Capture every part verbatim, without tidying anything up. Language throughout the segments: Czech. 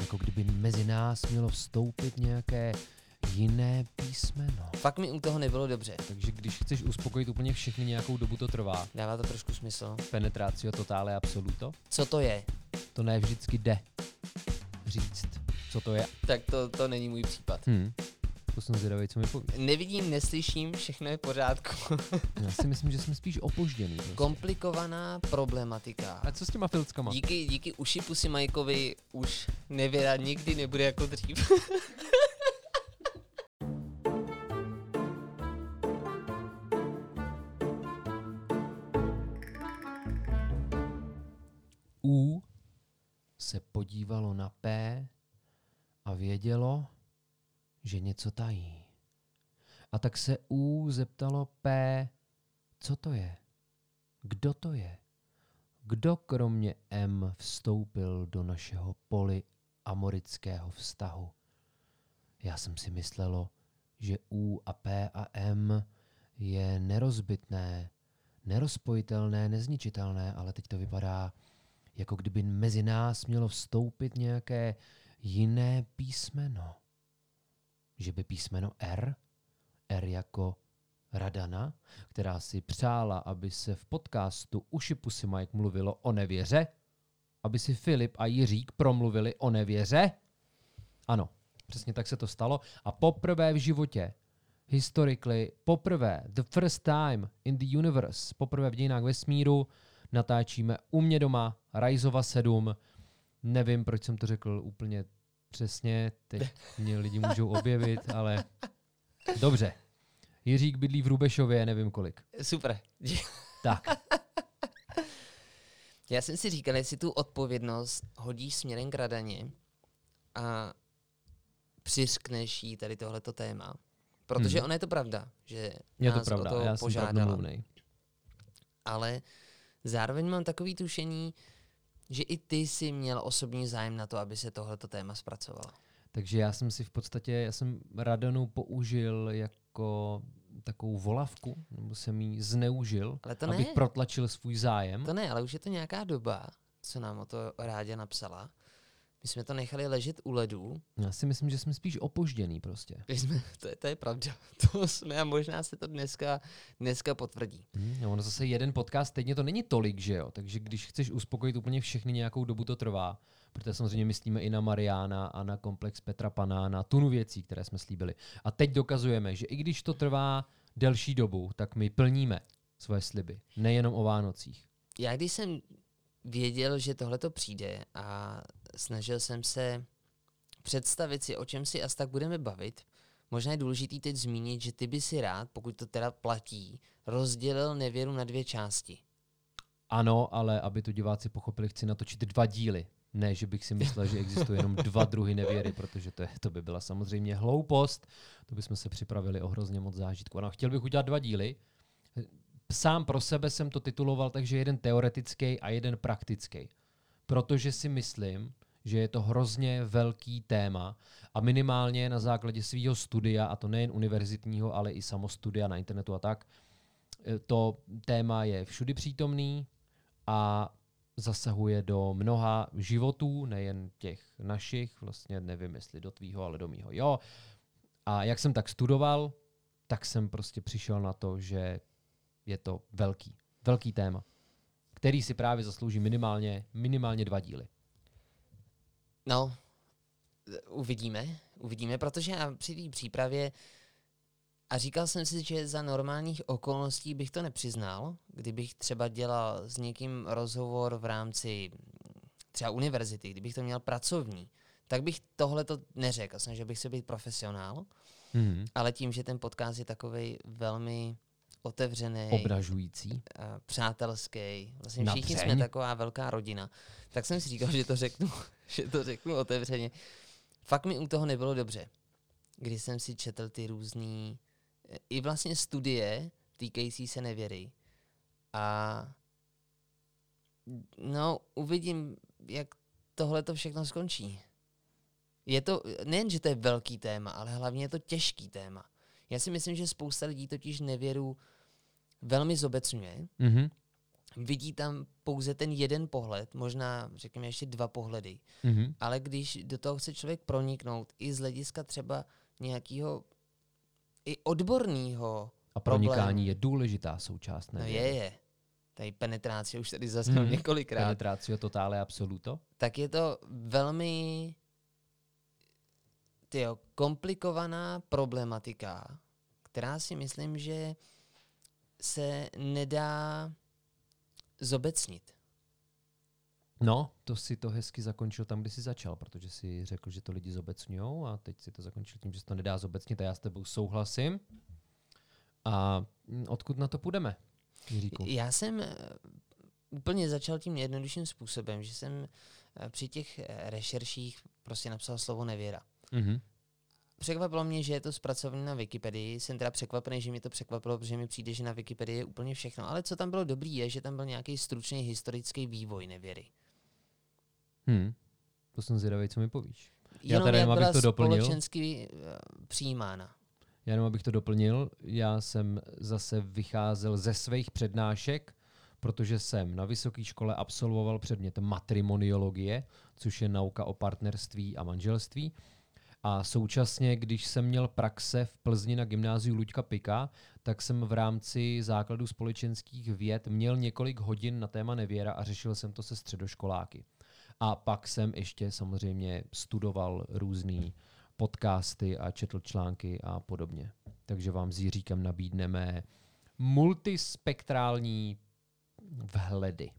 jako kdyby mezi nás mělo vstoupit nějaké jiné písmeno. Fakt mi u toho nebylo dobře. Takže když chceš uspokojit úplně všechny, nějakou dobu to trvá. Dává to trošku smysl. Penetratio totale absoluto. Co to je? To ne vždycky jde říct, co to je. Tak to, to není můj případ. Hmm. To jsem zvědavý, co mi povíš. Nevidím, neslyším, všechno je v pořádku. Já si myslím, že jsme spíš opožděný. Prostě. Komplikovaná problematika. A co s těma filckama? Díky, díky uši pusy Majkovi už nevěra nikdy nebude jako dřív. U se podívalo na P a vědělo, že něco tají. A tak se U zeptalo P, co to je? Kdo to je? Kdo kromě M vstoupil do našeho polyamorického vztahu? Já jsem si myslelo, že U a P a M je nerozbitné, nerozpojitelné, nezničitelné, ale teď to vypadá, jako kdyby mezi nás mělo vstoupit nějaké jiné písmeno. Že by písmeno R, R jako Radana, která si přála, aby se v podcastu Uši pusy Mike mluvilo o nevěře, aby si Filip a Jiřík promluvili o nevěře. Ano, přesně tak se to stalo. A poprvé v životě, historically, poprvé, the first time in the universe, poprvé v dějinách vesmíru, natáčíme u mě doma, Rajzova sedm. Nevím, proč jsem to řekl úplně přesně, teď mě lidi můžou objevit, ale dobře. Jiřík bydlí v Rubešově, nevím kolik. Super. Tak. Já jsem si říkal, jestli tu odpovědnost hodíš směrem k Radaně a přiřkneš jí tady tohleto téma. Protože hmm. ono je to pravda, že je nás to pravda. o to Já požádala. Ale zároveň mám takový tušení, že i ty jsi měl osobní zájem na to, aby se tohleto téma zpracovalo. Takže já jsem si v podstatě, já jsem Radanu použil jako takovou volavku, nebo jsem ji zneužil, abych protlačil svůj zájem. To ne, ale už je to nějaká doba, co nám o to Rádě napsala. My jsme to nechali ležet u ledu. Já si myslím, že jsme spíš opožděný prostě. Jsme, to, je, to je pravda. To jsme a možná se to dneska, dneska potvrdí. Hmm, no ono zase jeden podcast, stejně to není tolik, že jo? Takže když chceš uspokojit úplně všechny, nějakou dobu to trvá. Protože samozřejmě myslíme i na Mariána a na komplex Petra Pana, na tunu věcí, které jsme slíbili. A teď dokazujeme, že i když to trvá delší dobu, tak my plníme svoje sliby. Nejenom o Vánocích. Já když jsem věděl, že tohle to přijde a snažil jsem se představit si, o čem si asi tak budeme bavit. Možná je důležitý teď zmínit, že ty by si rád, pokud to teda platí, rozdělil nevěru na dvě části. Ano, ale aby to diváci pochopili, chci natočit dva díly. Ne, že bych si myslel, že existuje jenom dva druhy nevěry, protože to, je, to by byla samozřejmě hloupost. To bychom se připravili o hrozně moc zážitku. Ano, chtěl bych udělat dva díly. Sám pro sebe jsem to tituloval, takže jeden teoretický a jeden praktický. Protože si myslím, že je to hrozně velký téma a minimálně na základě svého studia, a to nejen univerzitního, ale i samostudia na internetu a tak, to téma je všudy přítomný a zasahuje do mnoha životů, nejen těch našich, vlastně nevím, jestli do tvýho, ale do mýho, jo. A jak jsem tak studoval, tak jsem prostě přišel na to, že je to velký, velký téma, který si právě zaslouží minimálně, minimálně dva díly. No, uvidíme, uvidíme, protože já při té přípravě a říkal jsem si, že za normálních okolností bych to nepřiznal, kdybych třeba dělal s někým rozhovor v rámci třeba univerzity, kdybych to měl pracovní, tak bych tohle to neřekl. Jsem, že bych se být profesionál, mm-hmm. ale tím, že ten podcast je takovej velmi otevřený, obražující, přátelský, vlastně všichni Napřeň. jsme taková velká rodina, tak jsem si říkal, že to řeknu, že to řeknu otevřeně. Fakt mi u toho nebylo dobře, když jsem si četl ty různý i vlastně studie týkající se nevěry. A no, uvidím, jak tohle to všechno skončí. Je to, nejen, že to je velký téma, ale hlavně je to těžký téma. Já si myslím, že spousta lidí totiž nevěru velmi zobecňuje. Mm-hmm. vidí tam pouze ten jeden pohled, možná řekněme ještě dva pohledy, Mm-hmm. ale když do toho chce člověk proniknout i z hlediska třeba nějakého i odborného A problému. pronikání je důležitá součást No nevěry. je, je. Tady penetrácie už tady zazněl Mhm. několikrát. Penetratio totale absoluto. Tak je to velmi tyjo, komplikovaná problematika, která si myslím, že se nedá zobecnit. No, to si to hezky zakončil tam, kde jsi začal, protože si řekl, že to lidi zobecňujou a teď si to zakončil tím, že se to nedá zobecnit a já s tebou souhlasím. A mm, odkud na to půjdeme, Jiříku? Já jsem eh, úplně začal tím jednodušším způsobem, že jsem eh, při těch eh, rešerších prostě napsal slovo nevěra. Mhm. Překvapilo mě, že je to zpracované na Wikipedii. Jsem teda překvapený, že mě to překvapilo, protože mi přijde, že na Wikipedii je úplně všechno. Ale co tam bylo dobrý, je, že tam byl nějaký stručný historický vývoj nevěry. Hmm. To jsem zvědavý, co mi povíš. Já Jenom tady jak jenom, abych byla to doplnil. společensky uh, přijímána. Já jenom abych to doplnil, já jsem zase vycházel ze svých přednášek, protože jsem na vysoké škole absolvoval předmět matrimoniologie, což je nauka o partnerství a manželství. A současně, když jsem měl praxe v Plzni na gymnáziu Luďka Pika, tak jsem v rámci základu společenských věd měl několik hodin na téma nevěra a řešil jsem to se středoškoláky. A pak jsem ještě samozřejmě studoval různý podcasty a četl články a podobně. Takže vám s Jiříkem nabídneme multispektrální vhledy.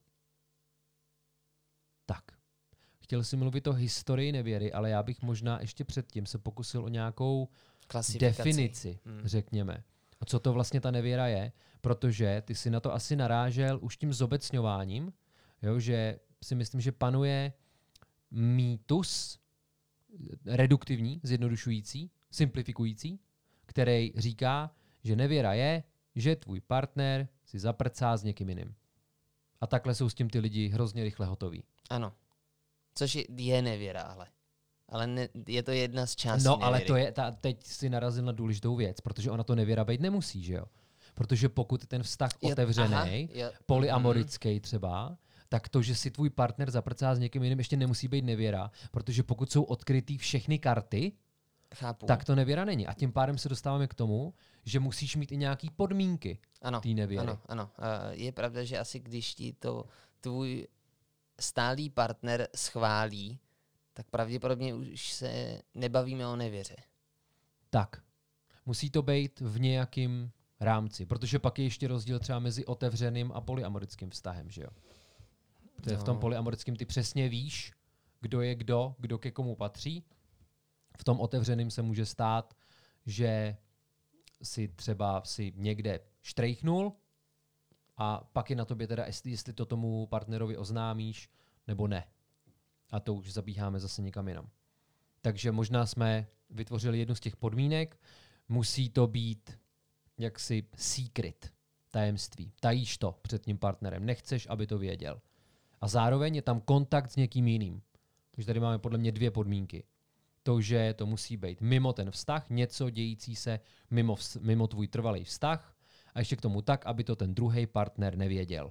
Tak. Chtěl jsem mluvit o historii nevěry, ale já bych možná ještě předtím se pokusil o nějakou definici, hmm. řekněme. A co to vlastně ta nevěra je? Protože ty si na to asi narážel už tím zobecňováním, jo, že si myslím, že panuje mýtus reduktivní, zjednodušující, simplifikující, který říká, že nevěra je, že tvůj partner si zaprcá s někým jiným. A takhle jsou s tím ty lidi hrozně rychle hotoví. Ano. Což je, je nevěra, ale. Ale ne, je to jedna z částí No, nevěry. ale to je, ta, teď si narazil na důležitou věc, protože ona to nevěra být nemusí, že jo? Protože pokud ten vztah Jo, otevřený, aha, jo, polyamorický třeba, tak to, že si tvůj partner zaprcá s někým jiným, ještě nemusí být nevěra, protože pokud jsou odkrytý všechny karty, chápu. tak to nevěra není. A tím pádem se dostáváme k tomu, že musíš mít i nějaký podmínky ano, té nevěry. Ano, ano. Je pravda, že asi když ti to tvůj stálý partner schválí, tak pravděpodobně už se nebavíme o nevěře. Tak. Musí to být v nějakém rámci, protože pak je ještě rozdíl třeba mezi otevřeným a polyamorickým vztahem, že jo? Protože no. v tom polyamorickém ty přesně víš, kdo je kdo, kdo ke komu patří. V tom otevřeným se může stát, že si třeba si někde štrejchnul a pak je na tobě teda, jestli, jestli to tomu partnerovi oznámíš, nebo ne. A to už zabíháme zase někam jinam. Takže možná jsme vytvořili jednu z těch podmínek. Musí to být jaksi secret, tajemství. Tajíš to před tím partnerem. Nechceš, aby to věděl. A zároveň je tam kontakt s někým jiným. Takže tady máme podle mě dvě podmínky. To, že to musí být mimo ten vztah, něco dějící se mimo, vz, mimo tvůj trvalý vztah a ještě k tomu tak, aby to ten druhý partner nevěděl.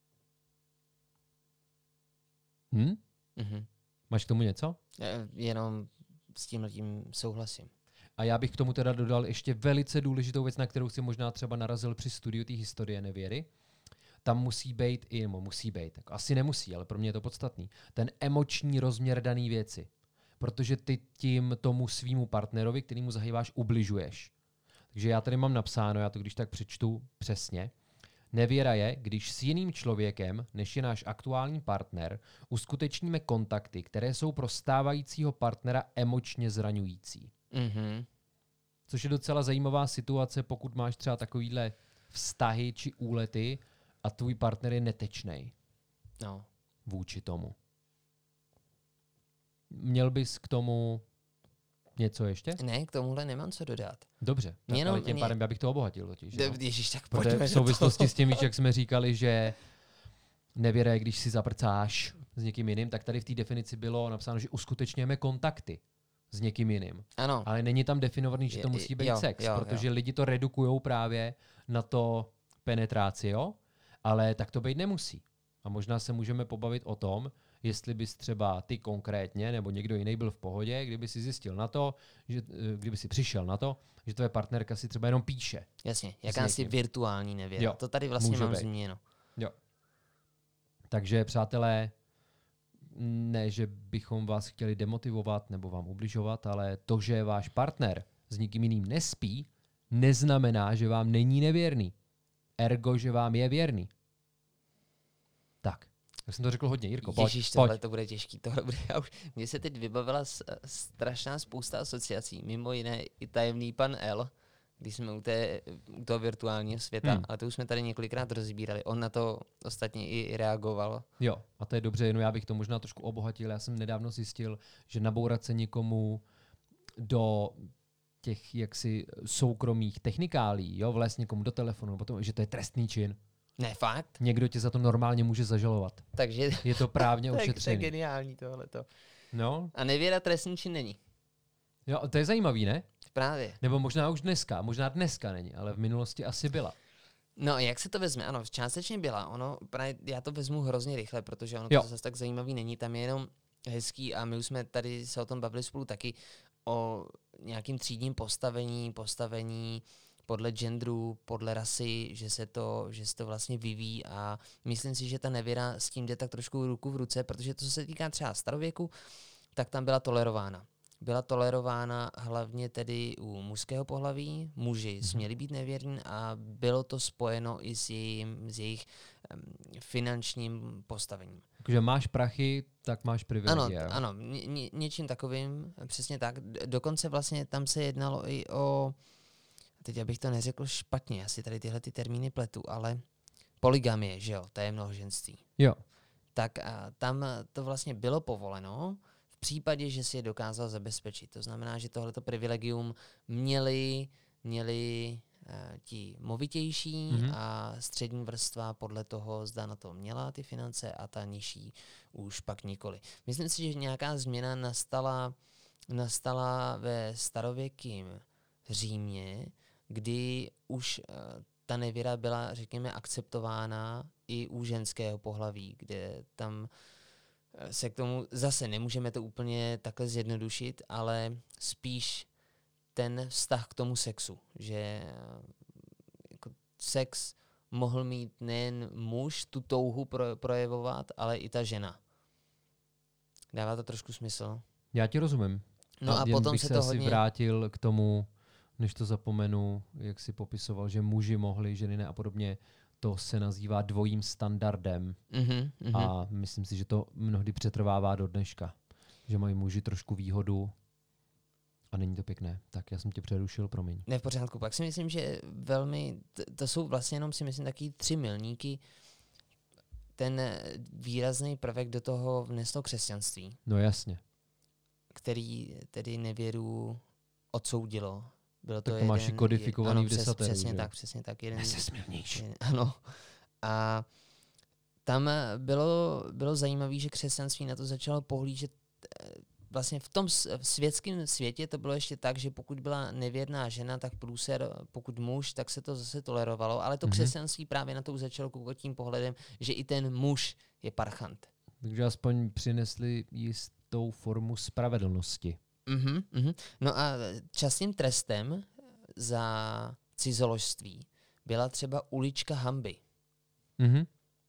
Hm? Mhm. Máš k tomu něco? Jenom s tímhletím souhlasím. A já bych k tomu teda dodal ještě velice důležitou věc, na kterou si možná třeba narazil při studiu té historie nevěry. Tam musí být, i nebo musí být, tak asi nemusí, ale pro mě je to podstatný, ten emoční rozměr daný věci. Protože ty tím tomu svýmu partnerovi, kterýmu zahýváš, ubližuješ. Takže já tady mám napsáno, já to když tak přečtu přesně. Nevěra je, když s jiným člověkem, než je náš aktuální partner, uskutečníme kontakty, které jsou pro stávajícího partnera emočně zraňující. Mhm. Což je docela zajímavá situace, pokud máš třeba takovýhle vztahy či úlety a tvůj partner je netečnej No. vůči tomu. Měl bys k tomu něco ještě? Ne, k tomuhle nemám co dodat. Dobře, tak Jenom ale tím mě- pádem já bych to obohatil totiž. De, No? Ježíš, tak Protože pojďme v do souvislosti toho. s tím, víš, jak jsme říkali, že nevěra je, když si zaprcáš s někým jiným, tak tady v té definici bylo napsáno, že uskutečňujeme kontakty s někým jiným. Ano. Ale není tam definovaný, že to musí být Jo, sex, jo, protože jo. lidi to redukujou právě na to penetrácio Ale tak to být nemusí. A možná se můžeme pobavit o tom, jestli bys třeba ty konkrétně nebo někdo jiný byl v pohodě, kdyby si zjistil na to, že, kdyby si přišel na to, že tvoje partnerka si třeba jenom píše. Jasně, jakási virtuální nevěra. Jo, to tady vlastně mám být. zmíněno. Jo. Takže přátelé, ne, že bychom vás chtěli demotivovat nebo vám ubližovat, ale to, že váš partner s nikým jiným nespí, neznamená, že vám není nevěrný. Ergo, že vám je věrný. Tak, já jsem to řekl hodně, Jirko, pojď. Ježíš, tohle to bude těžký. Tohle bude, já už, mně se teď vybavila s, strašná spousta asociací, mimo jiné i tajemný pan L, když jsme u, té, u toho virtuálního světa, hmm. ale to už jsme tady několikrát rozbírali. On na to ostatně i, i reagoval. Jo, a to je dobře, jenom já bych to možná trošku obohatil. Já jsem nedávno zjistil, že nabourat se někomu do těch jaksi soukromých technikálí, jo, vlézt někomu do telefonu, potom, že to je trestný čin. Ne, fakt? Někdo tě za to normálně může zažalovat. Takže je to právně tak, ošetřený. To je geniální tohleto. No. A nevěra trestný čin není. Jo, to je zajímavý, ne? Právě. Nebo možná už dneska, možná dneska není, ale v minulosti asi byla. No, jak se to vezme? Ano, částečně byla. Ono, právě já to vezmu hrozně rychle, protože ono jo. to zase tak zajímavý není. Tam je jenom hezký a my už jsme tady se o tom bavili spolu taky o nějakým třídním postavení, postavení podle genderu, podle rasy, že se to, že se to vlastně vyvíjí a myslím si, že ta nevěra s tím jde tak trošku ruku v ruce, protože to, co se týká třeba starověku, tak tam byla tolerována. Byla tolerována hlavně tedy u mužského pohlaví, muži směli být nevěrní a bylo to spojeno i s, jejím, s jejich um, finančním postavením. Takže máš prachy, tak máš privilegia. Ano, ano ně, ně, něčím takovým, přesně tak. Dokonce vlastně tam se jednalo i o, teď abych to neřekl špatně, asi tady tyhle ty termíny pletu, ale polygamie, že jo, to je mnohoženství. Jo. Tak a tam to vlastně bylo povoleno, v případě, že si je dokázal zabezpečit. To znamená, že tohleto privilegium měli, měli uh, ti movitější mm-hmm. a střední vrstva podle toho, zda na to měla ty finance a ta nižší už pak nikoli. Myslím si, že nějaká změna nastala, nastala ve starověkém Římě, kdy už uh, ta nevěra byla, řekněme, akceptována i u ženského pohlaví, kde tam se k tomu zase nemůžeme to úplně takhle zjednodušit, ale spíš ten vztah k tomu sexu, že jako sex mohl mít nejen muž tu touhu pro, projevovat, ale i ta žena. Dává to trošku smysl? Já ti rozumím. No a, a potom bych se se to asi hodně vrátil k tomu, než to zapomenu, jak si popisoval, že muži mohli, ženy ne a podobně. To se nazývá dvojím standardem mm-hmm, mm-hmm. a myslím si, že to mnohdy přetrvává do dneška. Že mají muži trošku výhodu a není to pěkné. Tak já jsem tě přerušil, promiň. Ne, v pořádku. Pak si myslím, že velmi, to, to jsou vlastně jenom si myslím taky tři milníky. Ten výrazný prvek do toho vneslo křesťanství. No jasně. Který tedy nevěru odsoudilo. Bylo to, tak to jeden, máš i kodifikovaný ano, v desateru, přesně že? tak, přesně tak. Jeden, Nesesměvnější. Ano. A tam bylo, bylo zajímavé, že křesťanství na to začalo pohlížet vlastně v tom světském světě to bylo ještě tak, že pokud byla nevěrná žena, tak průser, pokud muž, tak se to zase tolerovalo, ale to mm-hmm. křesťanství právě na to už začalo koukat tím pohledem, že i ten muž je parchant. Takže aspoň přinesli jistou formu spravedlnosti. Mm-hmm, mm-hmm. No a častým trestem za cizoložství byla třeba ulička hanby. Mm-hmm.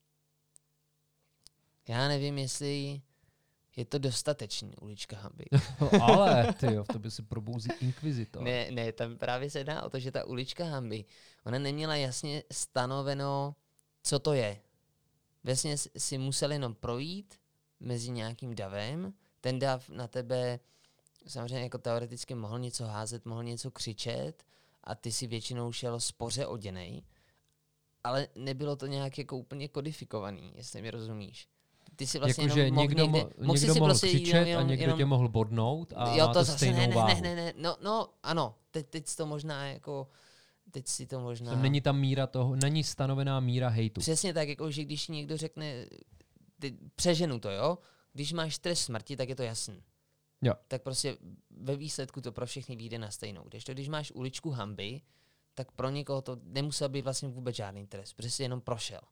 Já nevím, jestli je to dostatečný ulička hanby. Ale, tyjo, v tobě se probouzí inkvizitor. Ne, ne, tam právě se dá o to, že ta ulička hanby, ona neměla jasně stanoveno, co to je. Vlastně si musel jenom projít mezi nějakým davem, ten dav na tebe samozřejmě jako teoreticky mohl něco házet, mohl něco křičet a ty si většinou šel spoře oděnej, ale nebylo to nějak jako úplně kodifikovaný, jestli mi rozumíš. Ty si vlastně jako, jenom mohl někdo, někde, mo- mohl někdo si mohl prostě křičet jenom, a někdo jenom, tě mohl bodnout a jo, má to, to zase, stejnou ne, ne, váhu. Ne, ne, ne, no, no, ano, teď, teď to možná jako, teď si to možná... Tam není tam míra toho, není stanovená míra hejtu. Přesně tak, jako, že když někdo řekne, ty, přeženu to, jo, když máš trest smrti, tak je to jasný. Jo. Tak prostě ve výsledku to pro všechny vyjde na stejnou. Když to, když máš uličku hanby, tak pro někoho to nemusel být vlastně vůbec žádný trest, protože jsi jenom prošel.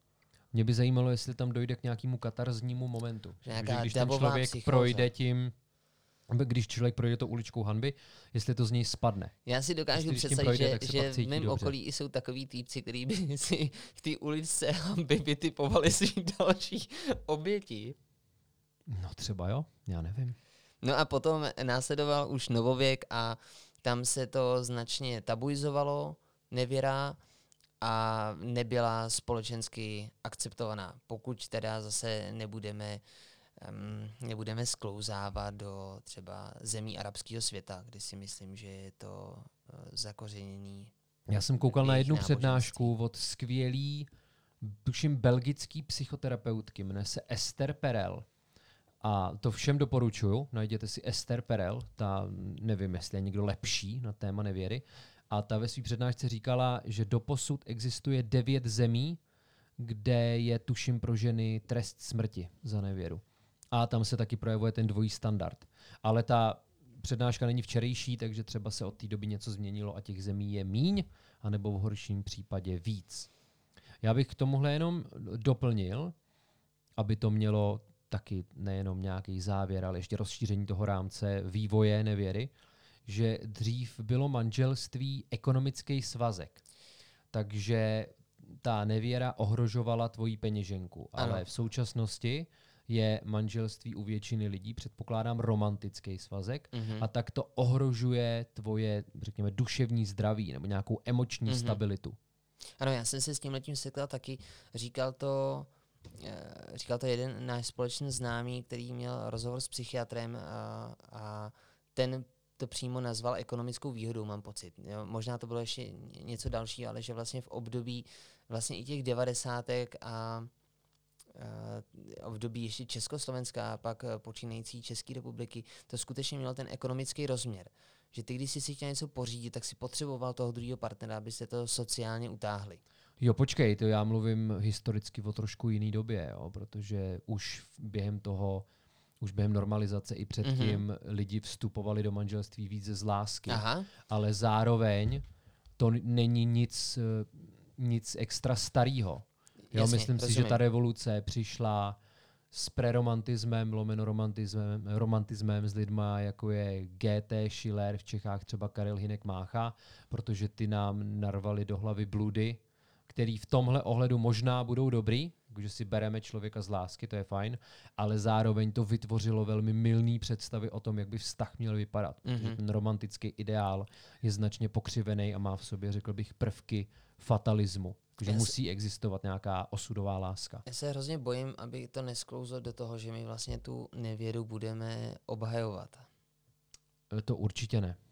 Mě by zajímalo, jestli tam dojde k nějakému katarznímu momentu. Že když ten člověk psychóza. projde tím, když člověk projde to uličkou hanby, jestli to z něj spadne. Já si dokážu Jestli, představit, projde, že, že v mém dobře. okolí jsou takový týpci, kteří by si v té uličce hanby vytipovali svý další oběti. No třeba jo, já nevím. No a potom následoval už novověk a tam se to značně tabuizovalo, nevěra, a nebyla společensky akceptovaná, pokud teda zase nebudeme, um, nebudeme sklouzávat do třeba zemí arabského světa, kde si myslím, že je to uh, zakořenění. Já jsem koukal na jednu přednášku od skvělý, tuším belgický psychoterapeutky, jmenuje se Esther Perel. A to všem doporučuju, najděte si Esther Perel, ta nevím, jestli je někdo lepší na téma nevěry. A ta ve své přednášce říkala, že doposud existuje devět zemí, kde je tuším pro ženy trest smrti za nevěru. A tam se taky projevuje ten dvojí standard. Ale ta přednáška není včerejší, takže třeba se od té doby něco změnilo a těch zemí je míň, anebo v horším případě víc. Já bych k tomuhle jenom doplnil, aby to mělo taky nejenom nějaký závěr, ale ještě rozšíření toho rámce vývoje nevěry, že dřív bylo manželství ekonomický svazek. Takže ta nevěra ohrožovala tvoji peněženku. Ano. Ale v současnosti je manželství u většiny lidí, předpokládám, romantický svazek, mm-hmm. a tak to ohrožuje tvoje, řekněme, duševní zdraví nebo nějakou emoční mm-hmm. stabilitu. Ano, já jsem se s tímhletím setkal taky. Říkal to, říkal to jeden náš společný známý, který měl rozhovor s psychiatrem a, a ten to přímo nazval ekonomickou výhodou, mám pocit. Jo, možná to bylo ještě něco dalšího, ale že vlastně v období vlastně i těch devadesátek a v období ještě Československá a pak počínající České republiky, to skutečně mělo ten ekonomický rozměr. Že ty, když jsi si chtěl něco pořídit, tak si potřeboval toho druhého partnera, aby se to sociálně utáhli. Jo, počkej, to já mluvím historicky o trošku jiný době, jo, protože už během toho, už během normalizace i předtím mm-hmm. lidi vstupovali do manželství víc z lásky. Aha. Ale zároveň to není nic, nic extra starýho. Jo, Jasně, myslím rozumím. si, že ta revoluce přišla s preromantismem, lomeno romantismem, romantismem s lidma, jako je G T, Schiller, v Čechách třeba Karel Hynek Mácha, protože ty nám narvali do hlavy bludy, který v tomhle ohledu možná budou dobrý, že si bereme člověka z lásky, to je fajn, ale zároveň to vytvořilo velmi mylný představy o tom, jak by vztah měl vypadat. Mm-hmm. Protože ten romantický ideál je značně pokřivený a má v sobě, řekl bych, prvky fatalismu. Že musí existovat nějaká osudová láska. Já se hrozně bojím, aby to nesklouzlo do toho, že my vlastně tu nevěru budeme obhajovat. To určitě ne.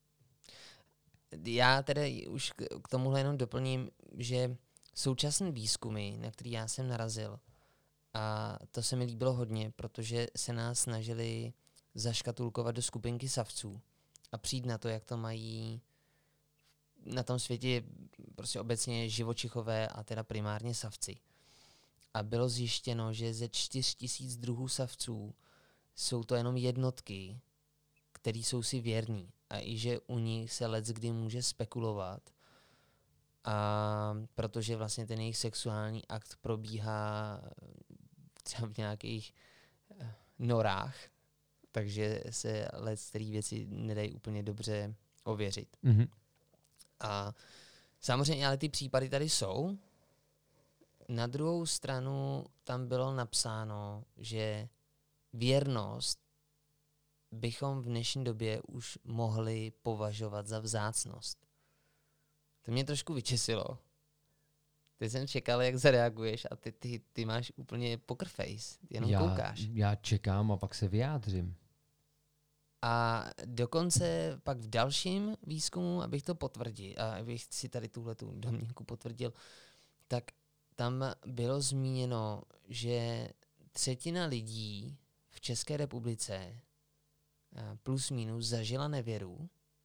Já tedy už k tomuhle jenom doplním, že současné výzkumy, na který já jsem narazil, a to se mi líbilo hodně, protože se nás snažili zaškatulkovat do skupinky savců a přijít na to, jak to mají na tom světě prostě obecně živočichové a teda primárně savci. A bylo zjištěno, že ze čtyř tisíc druhů savců jsou to jenom jednotky, který jsou si věrní. A i že u nich se leckdy může spekulovat, a protože vlastně ten jejich sexuální akt probíhá třeba v nějakých norách, takže se leckteré věci nedají úplně dobře ověřit. Mm-hmm. A samozřejmě, ale ty případy tady jsou. Na druhou stranu tam bylo napsáno, že věrnost bychom v dnešní době už mohli považovat za vzácnost. To mě trošku vyčesilo. Teď jsem čekal, jak zareaguješ a ty, ty, ty máš úplně poker face, jenom já, koukáš. Já čekám a pak se vyjádřím. A dokonce pak v dalším výzkumu, abych to potvrdil, a abych si tady tuhletu domněnku potvrdil, tak tam bylo zmíněno, že třetina lidí v České republice plus minus zažila nevěru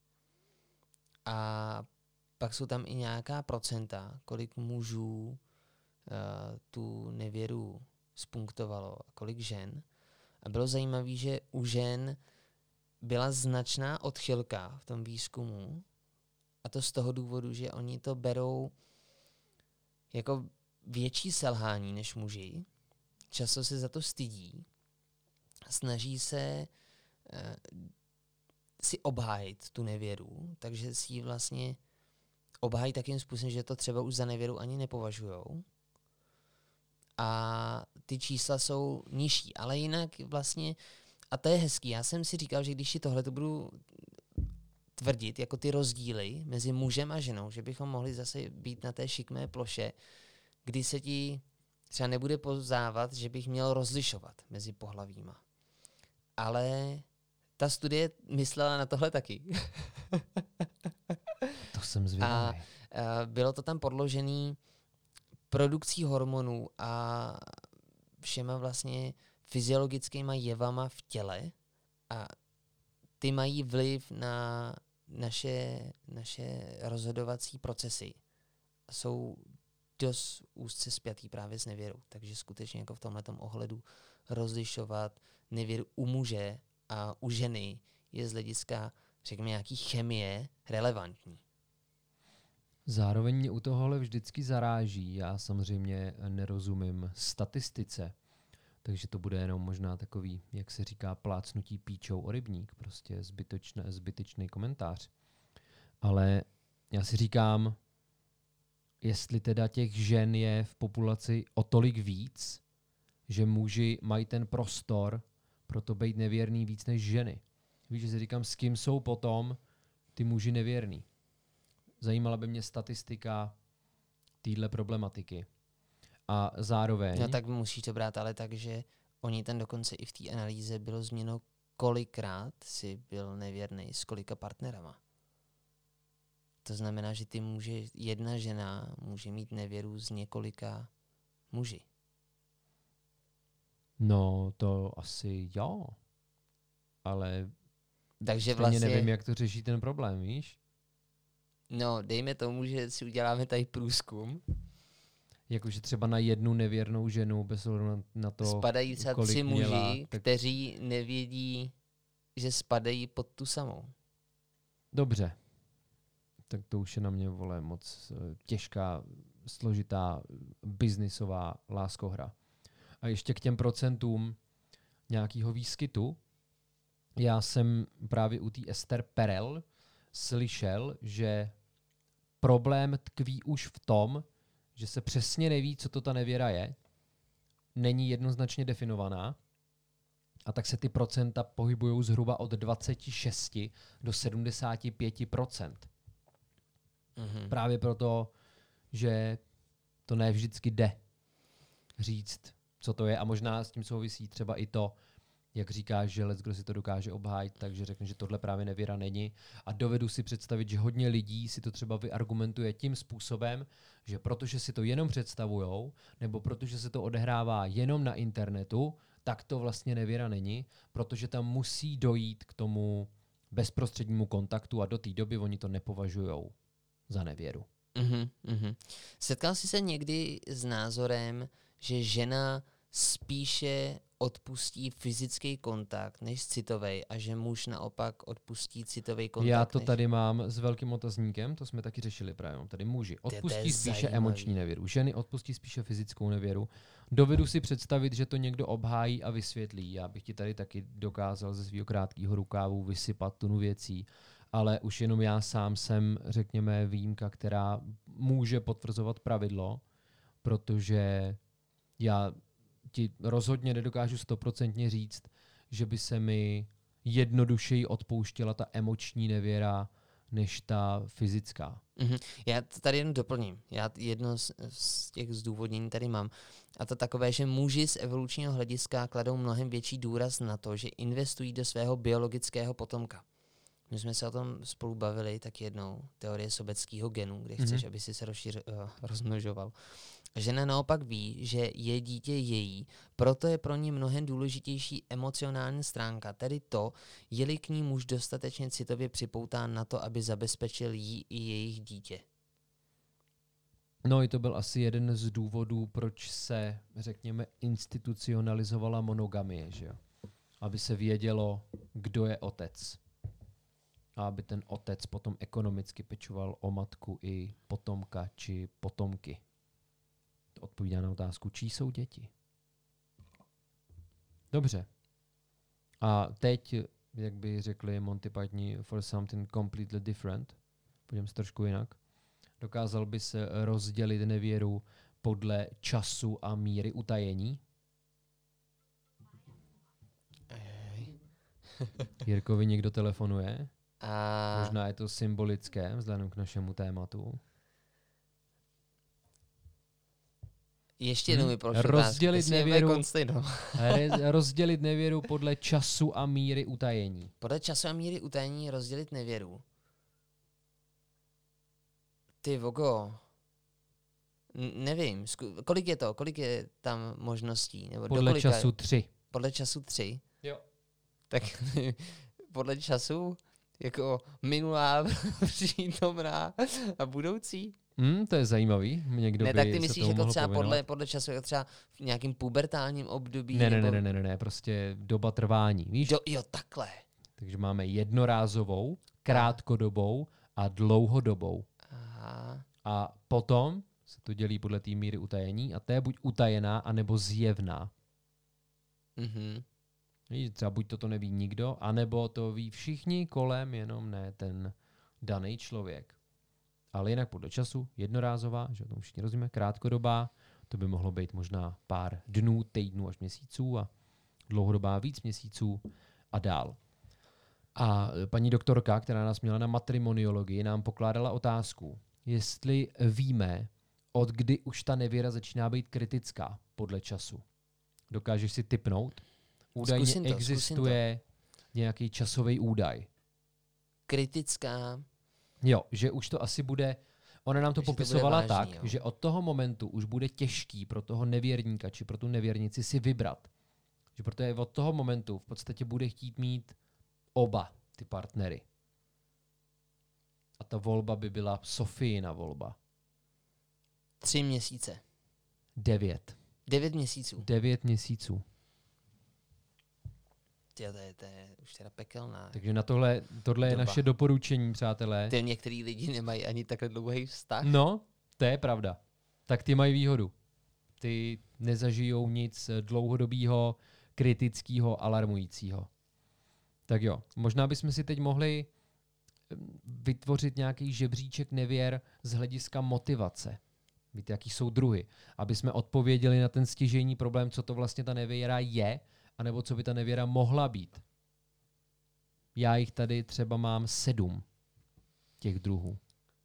a pak jsou tam i nějaká procenta, kolik mužů uh, tu nevěru spunktovalo a kolik žen. A bylo zajímavé, že u žen byla značná odchylka v tom výzkumu a to z toho důvodu, že oni to berou jako větší selhání než muži, často se za to stydí, snaží se uh, si obhájit tu nevěru, takže si ji vlastně obhájí takým způsobem, že to třeba už za nevěru ani nepovažujou. A ty čísla jsou nižší, ale jinak vlastně, a to je hezký, já jsem si říkal, že když si tohle to budu tvrdit, jako ty rozdíly mezi mužem a ženou, že bychom mohli zase být na té šikmé ploše, kdy se ti třeba nebude poznávat, že bych měl rozlišovat mezi pohlavíma. Ale ta studie myslela na tohle taky. To jsem zvědavý. A, a bylo to tam podložený produkcí hormonů a všema vlastně fyziologickýma jevama v těle a ty mají vliv na naše, naše rozhodovací procesy. Jsou dost úzce spjatý právě s nevěrou. Takže skutečně jako v tomhletom ohledu rozlišovat nevěru u muže a u ženy je z hlediska, řekněme, nějaký chemie relevantní. Zároveň mě u tohohle vždycky zaráží. Já samozřejmě nerozumím statistice, takže to bude jenom možná takový, jak se říká, plácnutí píčou o rybník, prostě zbytečný, zbytečný komentář. Ale já si říkám, jestli teda těch žen je v populaci o tolik víc, že muži mají ten prostor pro to být nevěrný víc než ženy. Víš, že si říkám, s kým jsou potom ty muži nevěrný. Zajímala by mě statistika téhle problematiky. A zároveň... No tak musíš to brát ale tak, že oni tam dokonce i v té analýze bylo změno, kolikrát si byl nevěrný s kolika partnerama. To znamená, že ty může, jedna žena může mít nevěru s několika muži. No, to asi jo. Ale Takže stejně vlastně, nevím, jak to řeší ten problém, víš? No, dejme tomu, že si uděláme tady průzkum. Jakože třeba na jednu nevěrnou ženu, bez ohledu na, na to, spadají třeba kolik tři muži, měla, tak... kteří nevědí, že spadají pod tu samou. Dobře. Tak to už je na mě, vole, moc těžká, složitá, biznisová láskohra. A ještě k těm procentům nějakého výskytu. Já jsem právě u té Esther Perel slyšel, že problém tkví už v tom, že se přesně neví, co to ta nevěra je, není jednoznačně definovaná a tak se ty procenta pohybují zhruba od dvacet šest do sedmdesát pět procent. Mm-hmm. Právě proto, že to ne vždycky jde říct, co to je a možná s tím souvisí třeba i to, jak říkáš, že leckdo si to dokáže obhájit, takže řekne, že tohle právě nevěra není. A dovedu si představit, že hodně lidí si to třeba vyargumentuje tím způsobem, že protože si to jenom představujou, nebo protože se to odehrává jenom na internetu, tak to vlastně nevěra není, protože tam musí dojít k tomu bezprostřednímu kontaktu a do té doby oni to nepovažujou za nevěru. Mm-hmm, mm-hmm. Setkal jsi se někdy s názorem, že žena spíše odpustí fyzický kontakt než citovej a že muž naopak odpustí citový kontakt? Já to než... tady mám s velkým otazníkem, to jsme taky řešili právě. Tady muži odpustí spíše zajímavý. emoční nevěru, ženy odpustí spíše fyzickou nevěru. Dovedu si představit, že to někdo obhájí a vysvětlí. Já bych ti tady taky dokázal ze svého krátkého rukávu vysypat tunu věcí, ale už jenom já sám jsem, řekněme, výjimka, která může potvrzovat pravidlo, protože já ti rozhodně nedokážu stoprocentně říct, že by se mi jednodušeji odpouštěla ta emoční nevěra, než ta fyzická. Mm-hmm. Já to tady jen doplním. Já jedno z, z těch zdůvodnění tady mám. A to takové, že muži z evolučního hlediska kladou mnohem větší důraz na to, že investují do svého biologického potomka. My jsme se o tom spolu bavili tak jednou, teorie sobeckého genu, kde chceš, mm-hmm. aby si se rozšíř, uh, rozmnožoval. Žena naopak ví, že je dítě její, proto je pro ní mnohem důležitější emocionální stránka, tedy to, je-li k ní muž dostatečně citově připoután na to, aby zabezpečil jí i jejich dítě. No i to byl asi jeden z důvodů, proč se, řekněme, institucionalizovala monogamie, že jo? Aby se vědělo, kdo je otec. A aby ten otec potom ekonomicky pečoval o matku i potomka či potomky. To odpovídá na otázku, čí jsou děti. Dobře. A teď, jak by řekli Monty Pythoni, for something completely different, půjdeme se trošku jinak, dokázal by se rozdělit nevěru podle času a míry utajení? Jirkovi někdo telefonuje? A... Možná je to symbolické vzhledem k našemu tématu. Ještě jednou mi prošlo rozdělit nevěru, konci, no. rozdělit nevěru podle času a míry utajení. Podle času a míry utajení rozdělit nevěru. Ty vogo. N- nevím, zku- kolik je to? Kolik je tam možností? Nebo Podle dokolika? času tři. Podle času tři? Jo. Tak podle času jako minulá, přítomná a budoucí? Hmm, to je zajímavý. Někdo ne, by tak ty se myslíš tomu jako mohl třeba pověnovat. podle, podle času, jako třeba v nějakým pubertálním období? Ne, ne, nebo... ne, ne, ne, ne, prostě doba trvání, víš? Do, jo, takhle. Takže máme jednorázovou, krátkodobou a dlouhodobou. Aha. A potom se to dělí podle té míry utajení a to je buď utajená, anebo zjevná. Mhm. Víš, třeba buď toto neví nikdo, anebo to ví všichni kolem, jenom ne ten daný člověk. Ale jinak podle času, jednorázová, že o tom všichni rozumíme, krátkodobá, to by mohlo být možná pár dnů, týdnů až měsíců a dlouhodobá víc měsíců a dál. A paní doktorka, která nás měla na matrimoniologii, nám pokládala otázku, jestli víme, od kdy už ta nevěra začíná být kritická podle času. Dokážeš si tipnout? Údajně Zkusím to, existuje nějaký časový údaj. Kritická. Jo, že už to asi bude, ona nám to Takže to popisovala bude vážný, tak, jo. že od toho momentu už bude těžký pro toho nevěrníka či pro tu nevěrnici si vybrat. Že protože od toho momentu v podstatě bude chtít mít oba ty partnery. A ta volba by byla Sofijina volba. Tři měsíce. Devět. Devět měsíců. Devět měsíců. Tyjo, to je, to je už teda pekelná. Takže na tohle, tohle je Doba. naše doporučení, přátelé. Ty některý lidi nemají ani takhle dlouhý vztah. No, to je pravda. Tak ty mají výhodu. Ty nezažijou nic dlouhodobého, kritického, alarmujícího. Tak jo, možná bychom si teď mohli vytvořit nějaký žebříček nevěr z hlediska motivace. Víte, jaký jsou druhy. Aby jsme odpověděli na ten stěžejní problém, co to vlastně ta nevěra je, anebo co by ta nevěra mohla být. Já jich tady třeba mám sedm těch druhů.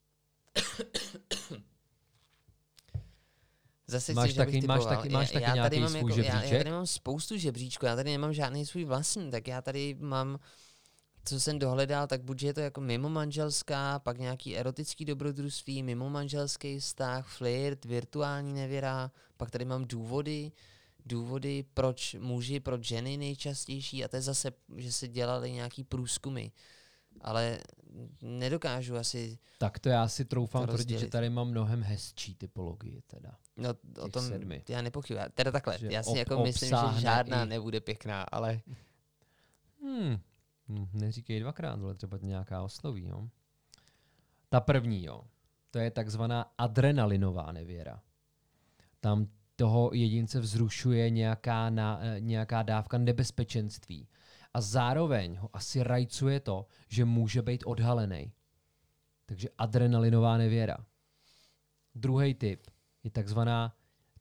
Zase Máš chceš, taky- abych máš typoval. taky- máš já, taky já tady nějaký mám svůj jako, já, já žebříček? tady mám spoustu žebříčků, já tady nemám žádný svůj vlastní, tak já tady mám, co jsem dohledal, tak buď je to jako mimo manželská, pak nějaký erotický dobrodružství, mimo manželský vztah, flirt, virtuální nevěra, pak tady mám důvody, důvody, proč muži, proč ženy nejčastější, a to je zase, že se dělaly nějaký průzkumy. Ale nedokážu asi, Tak to já si troufám To tvrdit, že rozdělit. tady mám mnohem hezčí typologii teda. no o Těch tom sedmi. já nepochybuji. Teda takhle, Že já si ob- jako myslím, že obsáhne žádná i- nebude pěkná, ale Hmm. Hm, neříkej dvakrát, ale třeba tě nějaká osloví, jo. Ta první, jo. To je takzvaná adrenalinová nevěra. Tam toho jedince vzrušuje nějaká, na, eh, nějaká dávka nebezpečenství. A zároveň ho asi rajcuje to, že může být odhalený. Takže adrenalinová nevěra. Druhý typ je takzvaná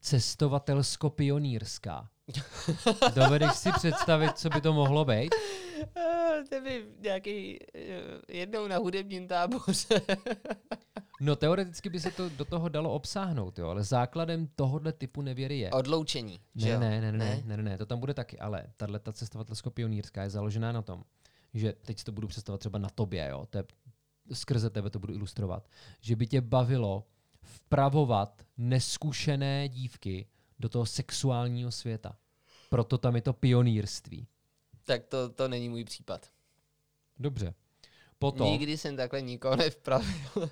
cestovatelsko-pionýrská. Dovedeš si představit, co by to mohlo být? to by nějaký jednou na hudebním táboře. No teoreticky by se to do toho dalo obsáhnout, jo, ale základem tohohle typu nevěry je... Odloučení, že Ne, jo? ne, ne, ne, ne, ne, ne, to tam bude taky, ale tahle ta cestovatelsko-pionýrská je založená na tom, že teď si to budu představovat třeba na tobě, jo, to je, skrze tebe to budu ilustrovat, že by tě bavilo vpravovat neskušené dívky do toho sexuálního světa. Proto tam je to pionýrství. Tak to, to není můj případ. Dobře. Potom... Nikdy jsem takhle nikoho nevpravil.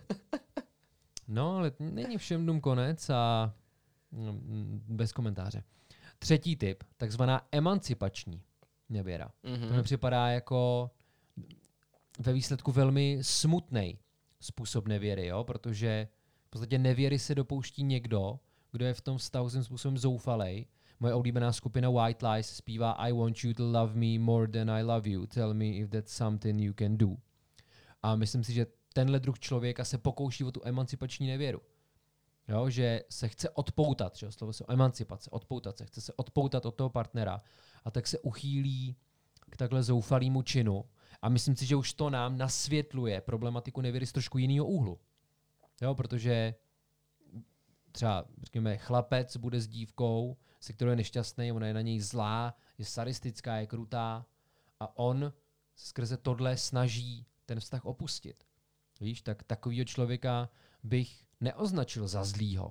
No, ale není všem dnům konec a mm, bez komentáře. Třetí typ, takzvaná emancipační nevěra. Mhm. To mi připadá jako ve výsledku velmi smutný způsob nevěry, jo? Protože v podstatě nevěry se dopouští někdo, kdo je v tom vztahu svým způsobem zoufalej. Moje oblíbená skupina White Lies zpívá I want you to love me more than I love you. Tell me if that's something you can do. A myslím si, že tenhle druh člověka se pokouší o tu emancipační nevěru. Jo, že se chce odpoutat, že slovo se emancipace, odpoutat se, chce se odpoutat od toho partnera a tak se uchýlí k takhle zoufalému činu. A myslím si, že už to nám nasvětluje problematiku nevěry z trošku jiného úhlu. Jo, protože třeba, řekněme, chlapec bude s dívkou, se kterou je nešťastný, ona je na něj zlá, je sadistická, je krutá a on skrze tohle snaží ten vztah opustit. Víš, tak takovýho člověka bych neoznačil za zlýho.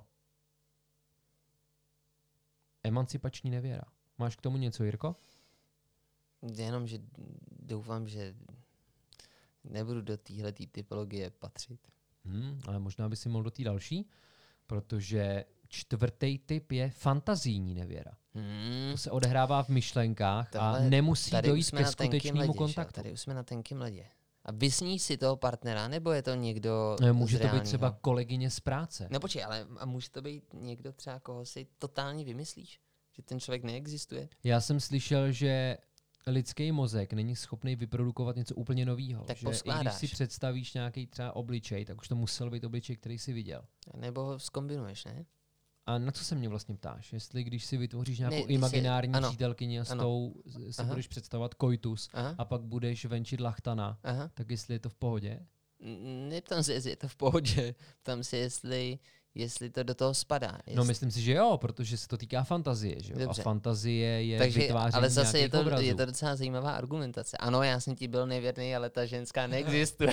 Emancipační nevěra. Máš k tomu něco, Jirko? Jenom, že doufám, že nebudu do téhletý typologie patřit. Hmm, ale možná by si mohl do té další, protože čtvrtý typ je fantazijní nevěra. Hmm. To se odehrává v myšlenkách Tohle, a nemusí dojít ke skutečnému kontaktu. Tady už jsme na tenkém ledě. A vysníš si toho partnera, nebo je to někdo Může z to být třeba kolegyně z práce. No počkej, ale a může to být někdo třeba, koho si totálně vymyslíš? Že ten člověk neexistuje? Já jsem slyšel, že lidský mozek není schopný vyprodukovat něco úplně nového. Tak že poskládáš. i když si představíš nějaký třeba obličej, tak už to musel být obličej, který jsi viděl. Nebo ho zkombinuješ, ne? A na co se mě vlastně ptáš? Jestli když si vytvoříš nějakou Ne, imaginární si, ano, přítelkyni a s ano. tou si Aha. budeš představovat koitus Aha. a pak budeš venčit lachtana, Aha. tak jestli je to v pohodě? N- Neptám se, jestli je to v pohodě. Ptám se, jestli, jestli to do toho spadá. Jestli... No myslím si, že jo, protože se to týká fantazie. Že jo? A Dobře. fantazie je Takže, vytváření ale zase je nějakých to, obrazů. je to docela zajímavá argumentace. Ano, já jsem ti byl nevěrný, ale ta ženská neexistuje.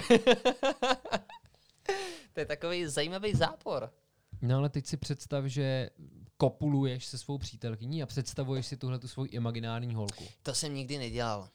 To je takový zajímavý zápor. No ale teď si představ, že kopuluješ se svou přítelkyní a představuješ si tuhle tu svou imaginární holku. To jsem nikdy nedělal.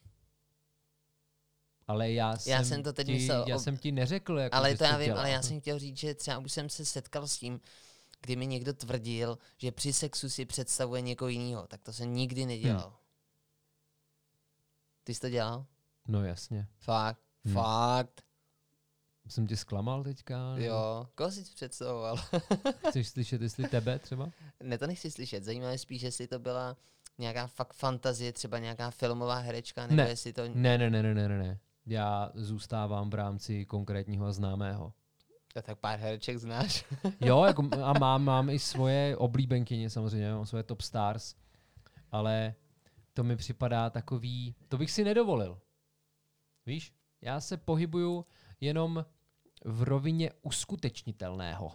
Ale já jsem, Já jsem to teď ti, myslel já ob- jsem ti neřekl, jako, Ale že to jsi já vím, dělal. ale já jsem chtěl říct, že třeba už jsem se setkal s tím, kdy mi někdo tvrdil, že při sexu si představuje někoho jiného. Tak to jsem nikdy nedělal. Hmm. Ty jsi to dělal? No jasně. Fakt. Hmm. Fakt. Jsem tě zklamal teďka? nebo Jo. Koho jsi představoval? Chceš slyšet, jestli tebe třeba? Ne, to nechci slyšet. Zajímavé spíš, jestli to byla nějaká fakt fantazie, třeba nějaká filmová herečka, nebo Ne. jestli to... Ne, ne, ne, ne, ne, ne. Já zůstávám v rámci konkrétního a známého. A tak pár hereček znáš. Jo, jako, a mám, mám i svoje oblíbenkyně samozřejmě, mám svoje top stars, ale to mi připadá takový, to bych si nedovolil. Víš, já se pohybuju jenom v rovině uskutečnitelného.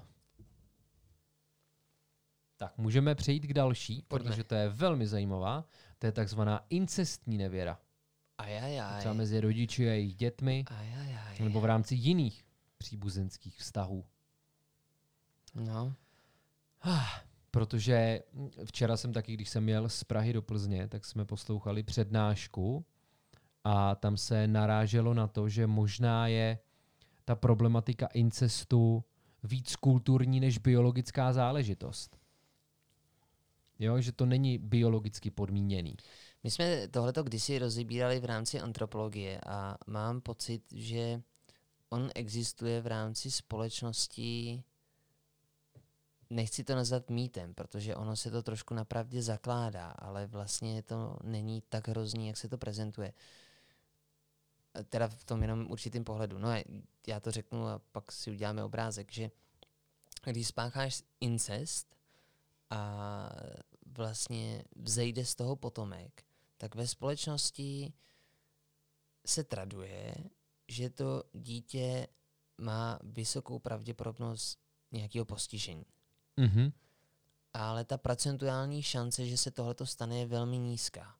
Tak, můžeme přejít k další, Pojďme. protože to je velmi zajímavá. To je takzvaná incestní nevěra. Ajajaj. Třeba mezi rodiči a jejich dětmi, Ajajaj. nebo v rámci jiných příbuzenských vztahů. No. Protože včera jsem taky, když jsem jel z Prahy do Plzně, tak jsme poslouchali přednášku a tam se naráželo na to, že možná je ta problematika incestu víc kulturní než biologická záležitost. Jo, že to není biologicky podmíněný. My jsme tohleto kdysi rozebírali v rámci antropologie a mám pocit, že on existuje v rámci společnosti, nechci to nazvat mýtem, protože ono se to trošku na pravdě zakládá, ale vlastně to není tak hrozný, jak se to prezentuje. Teda v tom jenom určitým pohledu. No já to řeknu a pak si uděláme obrázek, že když spácháš incest a vlastně vzejde z toho potomek, tak ve společnosti se traduje, že to dítě má vysokou pravděpodobnost nějakého postižení. Mhm. Ale ta procentuální šance, že se tohleto stane, je velmi nízká.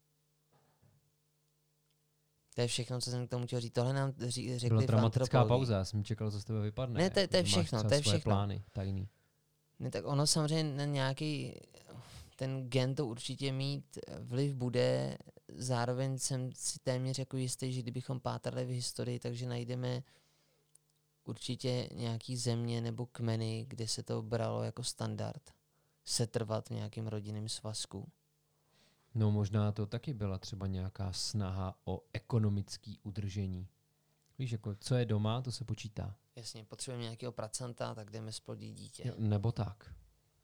To je všechno, co jsem k tomu chtěl říct. Tohle nám ří, řekli Byla v dramatická antropologii. pauza, já jsem čekal, co z tebe vypadne. Ne, to je- to je Máš všechno, třeba to je svoje všechno. plány tajný. Ne, tak ono samozřejmě na nějaký ten gen to určitě mít vliv bude. Zároveň jsem si téměř jako jistý, že kdybychom pátrali v historii, takže najdeme určitě nějaký země nebo kmeny, kde se to bralo jako standard setrvat v nějakém rodinném svazku. No možná to taky byla třeba nějaká snaha o ekonomické udržení. Víš, jako co je doma, to se počítá. Jasně, potřebujeme nějakého pracanta, tak jdeme splodit dítě. Jo, nebo tak.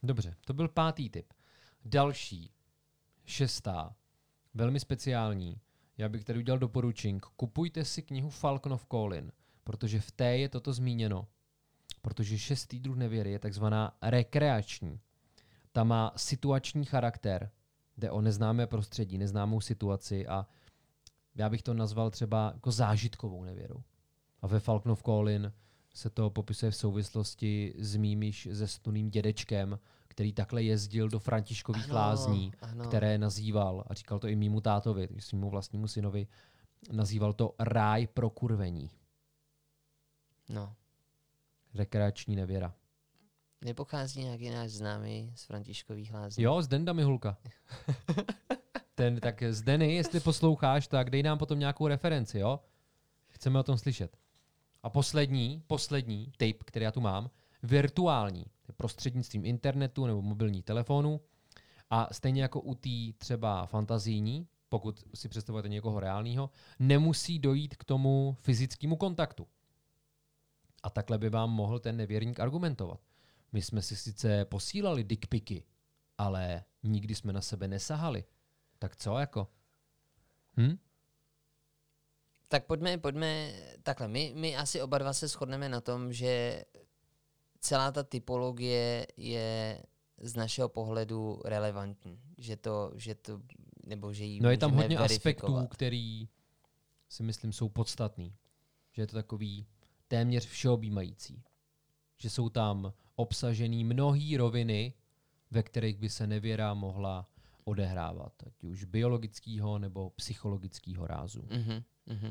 Dobře, to byl pátý tip. Další, šestá, velmi speciální. Já bych tady udělal doporučení. Kupujte si knihu Falcon of Colin, protože v té je toto zmíněno. Protože šestý druh nevěry je takzvaná rekreační. Ta má situační charakter, jde o neznámé prostředí, neznámou situaci a já bych to nazval třeba jako zážitkovou nevěrou. A ve Falcon of Colin se to popisuje v souvislosti s mým již zesnulým dědečkem, který takhle jezdil do Františkových ano, lázní, ano. které nazýval, a říkal to i mýmu tátovi, svému vlastnímu synovi, nazýval to ráj pro kurvení. No. Rekreační nevěra. Nepochází nějaký náš známý z Františkových lázní? Jo, Zdenda Mihulka. Ten, tak Zdeny, jestli posloucháš, tak dej nám potom nějakou referenci, jo? Chceme o tom slyšet. A poslední, poslední tip, který já tu mám, virtuální, prostřednictvím internetu nebo mobilních telefonů. A stejně jako u té třeba fantazijní, pokud si představujete někoho reálného, nemusí dojít k tomu fyzickému kontaktu. A takhle by vám mohl ten nevěrník argumentovat. My jsme si sice posílali dickpiky, ale nikdy jsme na sebe nesahali. Tak co jako? Hm? Tak pojďme, pojďme takhle. My, my asi oba dva se shodneme na tom, že celá ta typologie je z našeho pohledu relevantní. Že to, že to nebo že ji No je tam můžeme hodně verifikovat. aspektů, který si myslím jsou podstatný. Že je to takový téměř všeobjímající. Že jsou tam obsažený mnohý roviny, ve kterých by se nevěra mohla odehrávat. Ať už biologického nebo psychologického rázu. Mhm, mhm.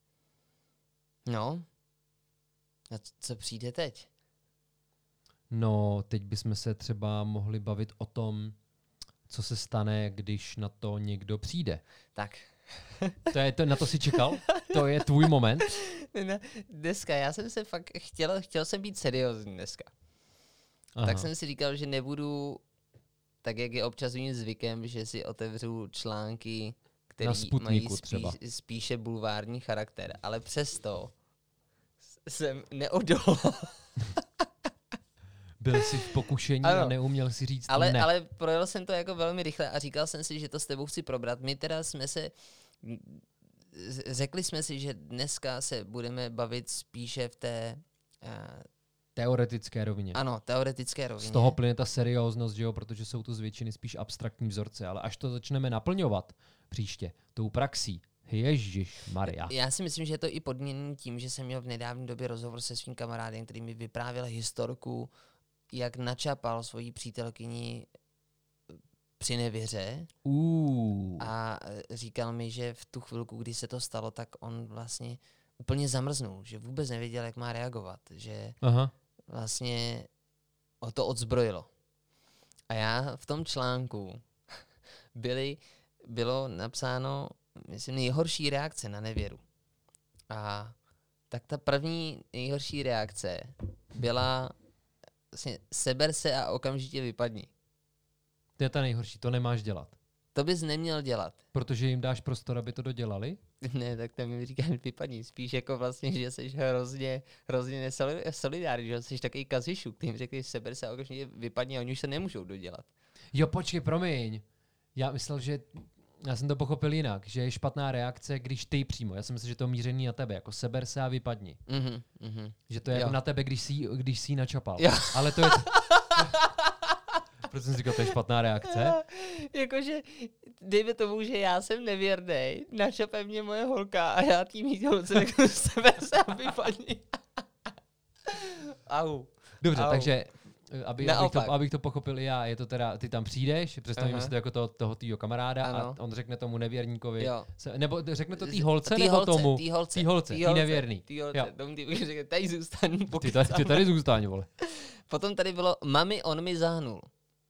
No, a c- co přijde teď? No, teď bychom se třeba mohli bavit o tom, co se stane, když na to někdo přijde. Tak. To je, to, na to si čekal? To je tvůj moment? Ne, dneska, já jsem se fakt chtěl, chtěl jsem být seriózní dneska. Aha. Tak jsem si říkal, že nebudu, tak jak je občas mým zvykem, že si otevřu články, které mají spíš, třeba. spíše bulvární charakter, ale přesto jsem neodolal. Byl jsi v pokušení ano, a neuměl si říct ale, ne. ale projel jsem to jako velmi rychle a říkal jsem si, že to s tebou chci probrat. My teda jsme se, řekli jsme si, že dneska se budeme bavit spíše v té uh, Teoretické rovině. ano, teoretické rovině. Z toho plyne ta serióznost, že jo, protože jsou to z většiny spíš abstraktní vzorce, ale až to začneme naplňovat příště tou praxí, Ježíš Maria. Já si myslím, že je to i podmíněné tím, že jsem měl v nedávné době rozhovor se svým kamarádem, který mi vyprávěl historku, jak načapal svoji přítelkyni při nevěře. Uh. A říkal mi, že v tu chvilku, kdy se to stalo, tak on vlastně úplně zamrznul, že vůbec nevěděl, jak má reagovat, že Aha. vlastně ho to odzbrojilo. A já v tom článku byly, bylo napsáno, myslím, nejhorší reakce na nevěru. A tak ta první nejhorší reakce byla vlastně seber se a okamžitě vypadni. To je ta nejhorší, to nemáš dělat. To bys neměl dělat. Protože jim dáš prostor, aby to dodělali? Ne, tak to mi říká vypadni. Spíš jako vlastně, že jsi hrozně, hrozně nesolidární, že jsi takový kazišuk, ty jim řekli seber se a okamžitě vypadni a oni už se nemůžou dodělat. Jo, počkej, promiň. Já myslel, že já jsem to pochopil jinak, že je špatná reakce, když ty přímo. Já jsem myslel, že to je mířený na tebe, jako seber se a vypadni. Mhm, mhm. Že to je Jo. jako na tebe, když jsi, když jsi načapal. Jo. Ale to je... Proč jsem si říkal, to je špatná reakce? Jakože, dejme tomu, že já jsem nevěrnej, načape mě moje holka a já tím jí holce řeknu seber se a vypadni. Au. Dobře, Au. takže aby, abych, to, Naopak. abych to pochopil i já, je to teda, ty tam přijdeš, představíme Aha. si to jako to, toho týho kamaráda Ano. a on řekne tomu nevěrníkovi, Jo. se, nebo řekne to Z- tý holce, tý nebo holce, tomu? Tý holce, Tý holce, tý nevěrný. Tý holce, Jo. tomu ty bych řekl, tady zůstaň, Ty pokud tady, ty tady zůstaň, vole. Potom tady bylo, mami, on mi zahnul.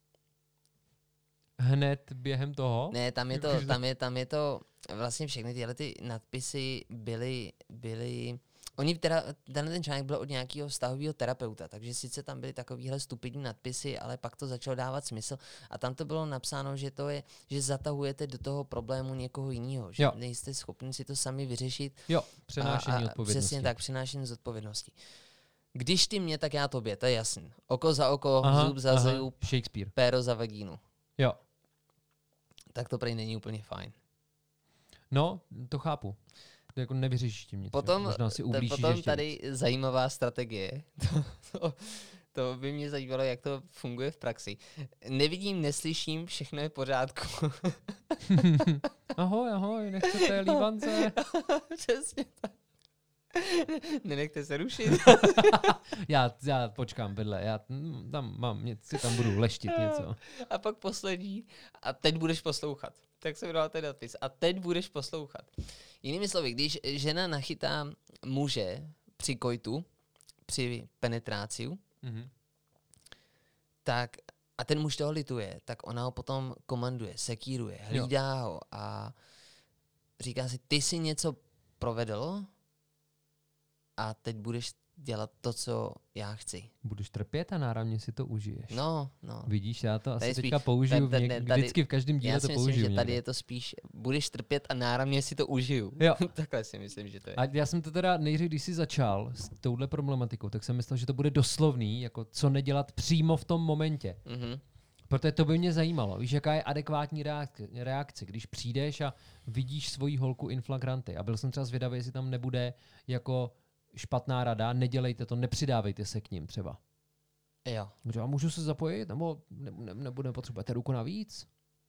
Hned během toho? Ne, tam je to, Jakože- tam je, tam je to, vlastně všechny tyhle ty nadpisy byly, byly, oni teda, tenhle ten článek byl od nějakého vztahového terapeuta, takže sice tam byly takovýhle stupidní nadpisy, ale pak to začalo dávat smysl a tam to bylo napsáno, že to je, že zatahujete do toho problému někoho jiného, že Jo. nejste schopni si to sami vyřešit. Jo, přenášení a, a odpovědnosti. Přesně tak, přenášení zodpovědnosti. Když ty mě, tak já tobě, to je jasný. Oko za oko, aha, zub za aha, zub, Shakespeare. péro za vagínu. Jo. Tak to prý není úplně fajn. No, to chápu. To jako nevyřešíš tím nic. Potom, Možná si t- ublížíš potom ještě tady víc. zajímavá strategie. to, to, to by mě zajímalo, jak to funguje v praxi. Nevidím, neslyším, všechno je v pořádku. ahoj, ahoj, nechcete líbance? Přesně tak. Nenechte se rušit. já, já počkám vedle, já mm, tam mám, něco, si tam budu leštit něco. A pak poslední. A teď budeš poslouchat. Tak jsem dal ten nadpis. A teď budeš poslouchat. Jinými slovy, když žena nachytá muže při kojtu, při penetráciu, Mhm. tak a ten muž toho lituje, tak ona ho potom komanduje, sekíruje, hlídá jo. ho a říká si, ty si něco provedl a teď budeš dělat to, co já chci. Budeš trpět a náramně si to užiješ. No, no. Vidíš, já to asi Tady teďka spíš- použiju, tady- v něk- tady- vždycky v každém díle Já to si použiju. myslím, že tady někde. je to spíš, budeš trpět a náramně si to užiju. Jo. Takhle si myslím, že to je. A já jsem to teda nejdřív, když jsi začal s touhle problematikou, tak jsem myslel, že to bude doslovný, jako co nedělat přímo v tom momentě. Mhm. Protože to by mě zajímalo. Víš, jaká je adekvátní reakce, reakce, když přijdeš a vidíš svoji holku in flagranti. A byl jsem třeba zvědavý, jestli tam nebude jako špatná rada, nedělejte to, nepřidávejte se k ním třeba. Jo. Že, a můžu se zapojit, nebo ne, ne, nebudeme potřebovat ruku navíc?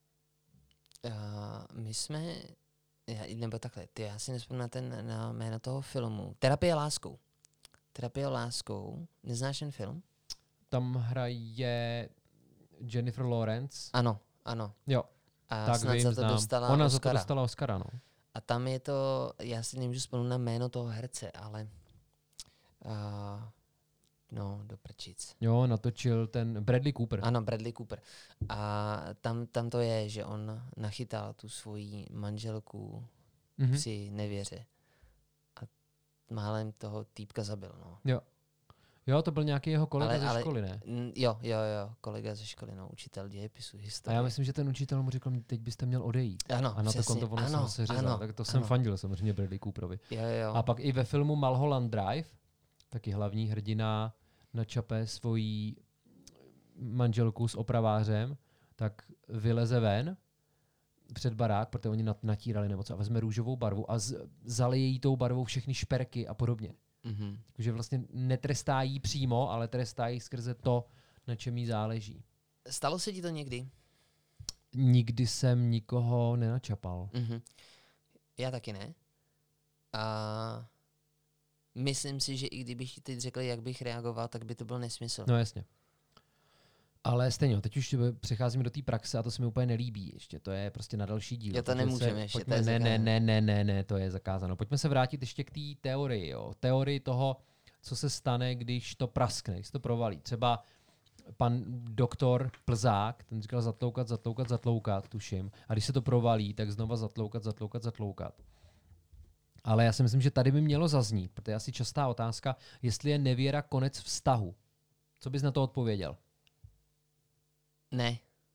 Uh, my jsme, já, nebo takhle, ty, já si nespomínám na ten na jméno toho filmu. Terapie láskou. Terapie láskou. Neznáš ten film? Tam hraje Jennifer Lawrence. Ano, ano. Jo, A tak snad vím, za to znám. dostala Ona Oscara. za to dostala Oscara, no. A tam je to, já si nemůžu vzpomenout na jméno toho herce, ale uh, no, do prčic. Jo, natočil ten Bradley Cooper. Ano, Bradley Cooper. A tam, tam to je, že on nachytal tu svoji manželku Mhm. při nevěře. A málem toho týpka zabil, no. Jo. Jo, to byl nějaký jeho kolega Ale- ze ale- školy, ne? N- jo, jo, jo, kolega ze školy, no, učitel dějepisu, A historie. já myslím, že ten učitel mu řekl, teď byste měl odejít. ano, A na to přesně, konto ono ano, se řezal. ano, Tak to jsem ano. fandil samozřejmě Bradley Cooperovi. Jo, jo. A pak i ve filmu Mulholland Drive, taky hlavní hrdina načape svojí manželku s opravářem, tak vyleze ven před barák, protože oni nat- natírali nebo co, a vezme růžovou barvu a z- zalije jí tou barvou všechny šperky a podobně. Mhm. Takže vlastně netrestá jí přímo, ale trestá jí skrze to, na čem jí záleží. Stalo se ti to někdy? Nikdy jsem nikoho nenačapal. Mhm. Já taky ne. A myslím si, že i kdybych ti teď řekl, jak bych reagoval, tak by to byl nesmysl. No jasně. Ale stejně, teď už přecházíme do té praxe a to se mi úplně nelíbí ještě. To je prostě na další díl. Jo, to Pojďme nemůžeme se, ještě, pojďme, to je ne, ne, zakázané. ne, ne, ne, ne, to je zakázáno. Pojďme se vrátit ještě k té teorii. Jo. Teorii toho, co se stane, když to praskne, když to provalí. Třeba pan doktor Plzák, ten říkal zatloukat, zatloukat, zatloukat, tuším. A když se to provalí, tak znova zatloukat, zatloukat, zatloukat. Ale já si myslím, že tady by mělo zaznít, protože je asi častá otázka, jestli je nevěra konec vztahu. Co bys na to odpověděl? Ne.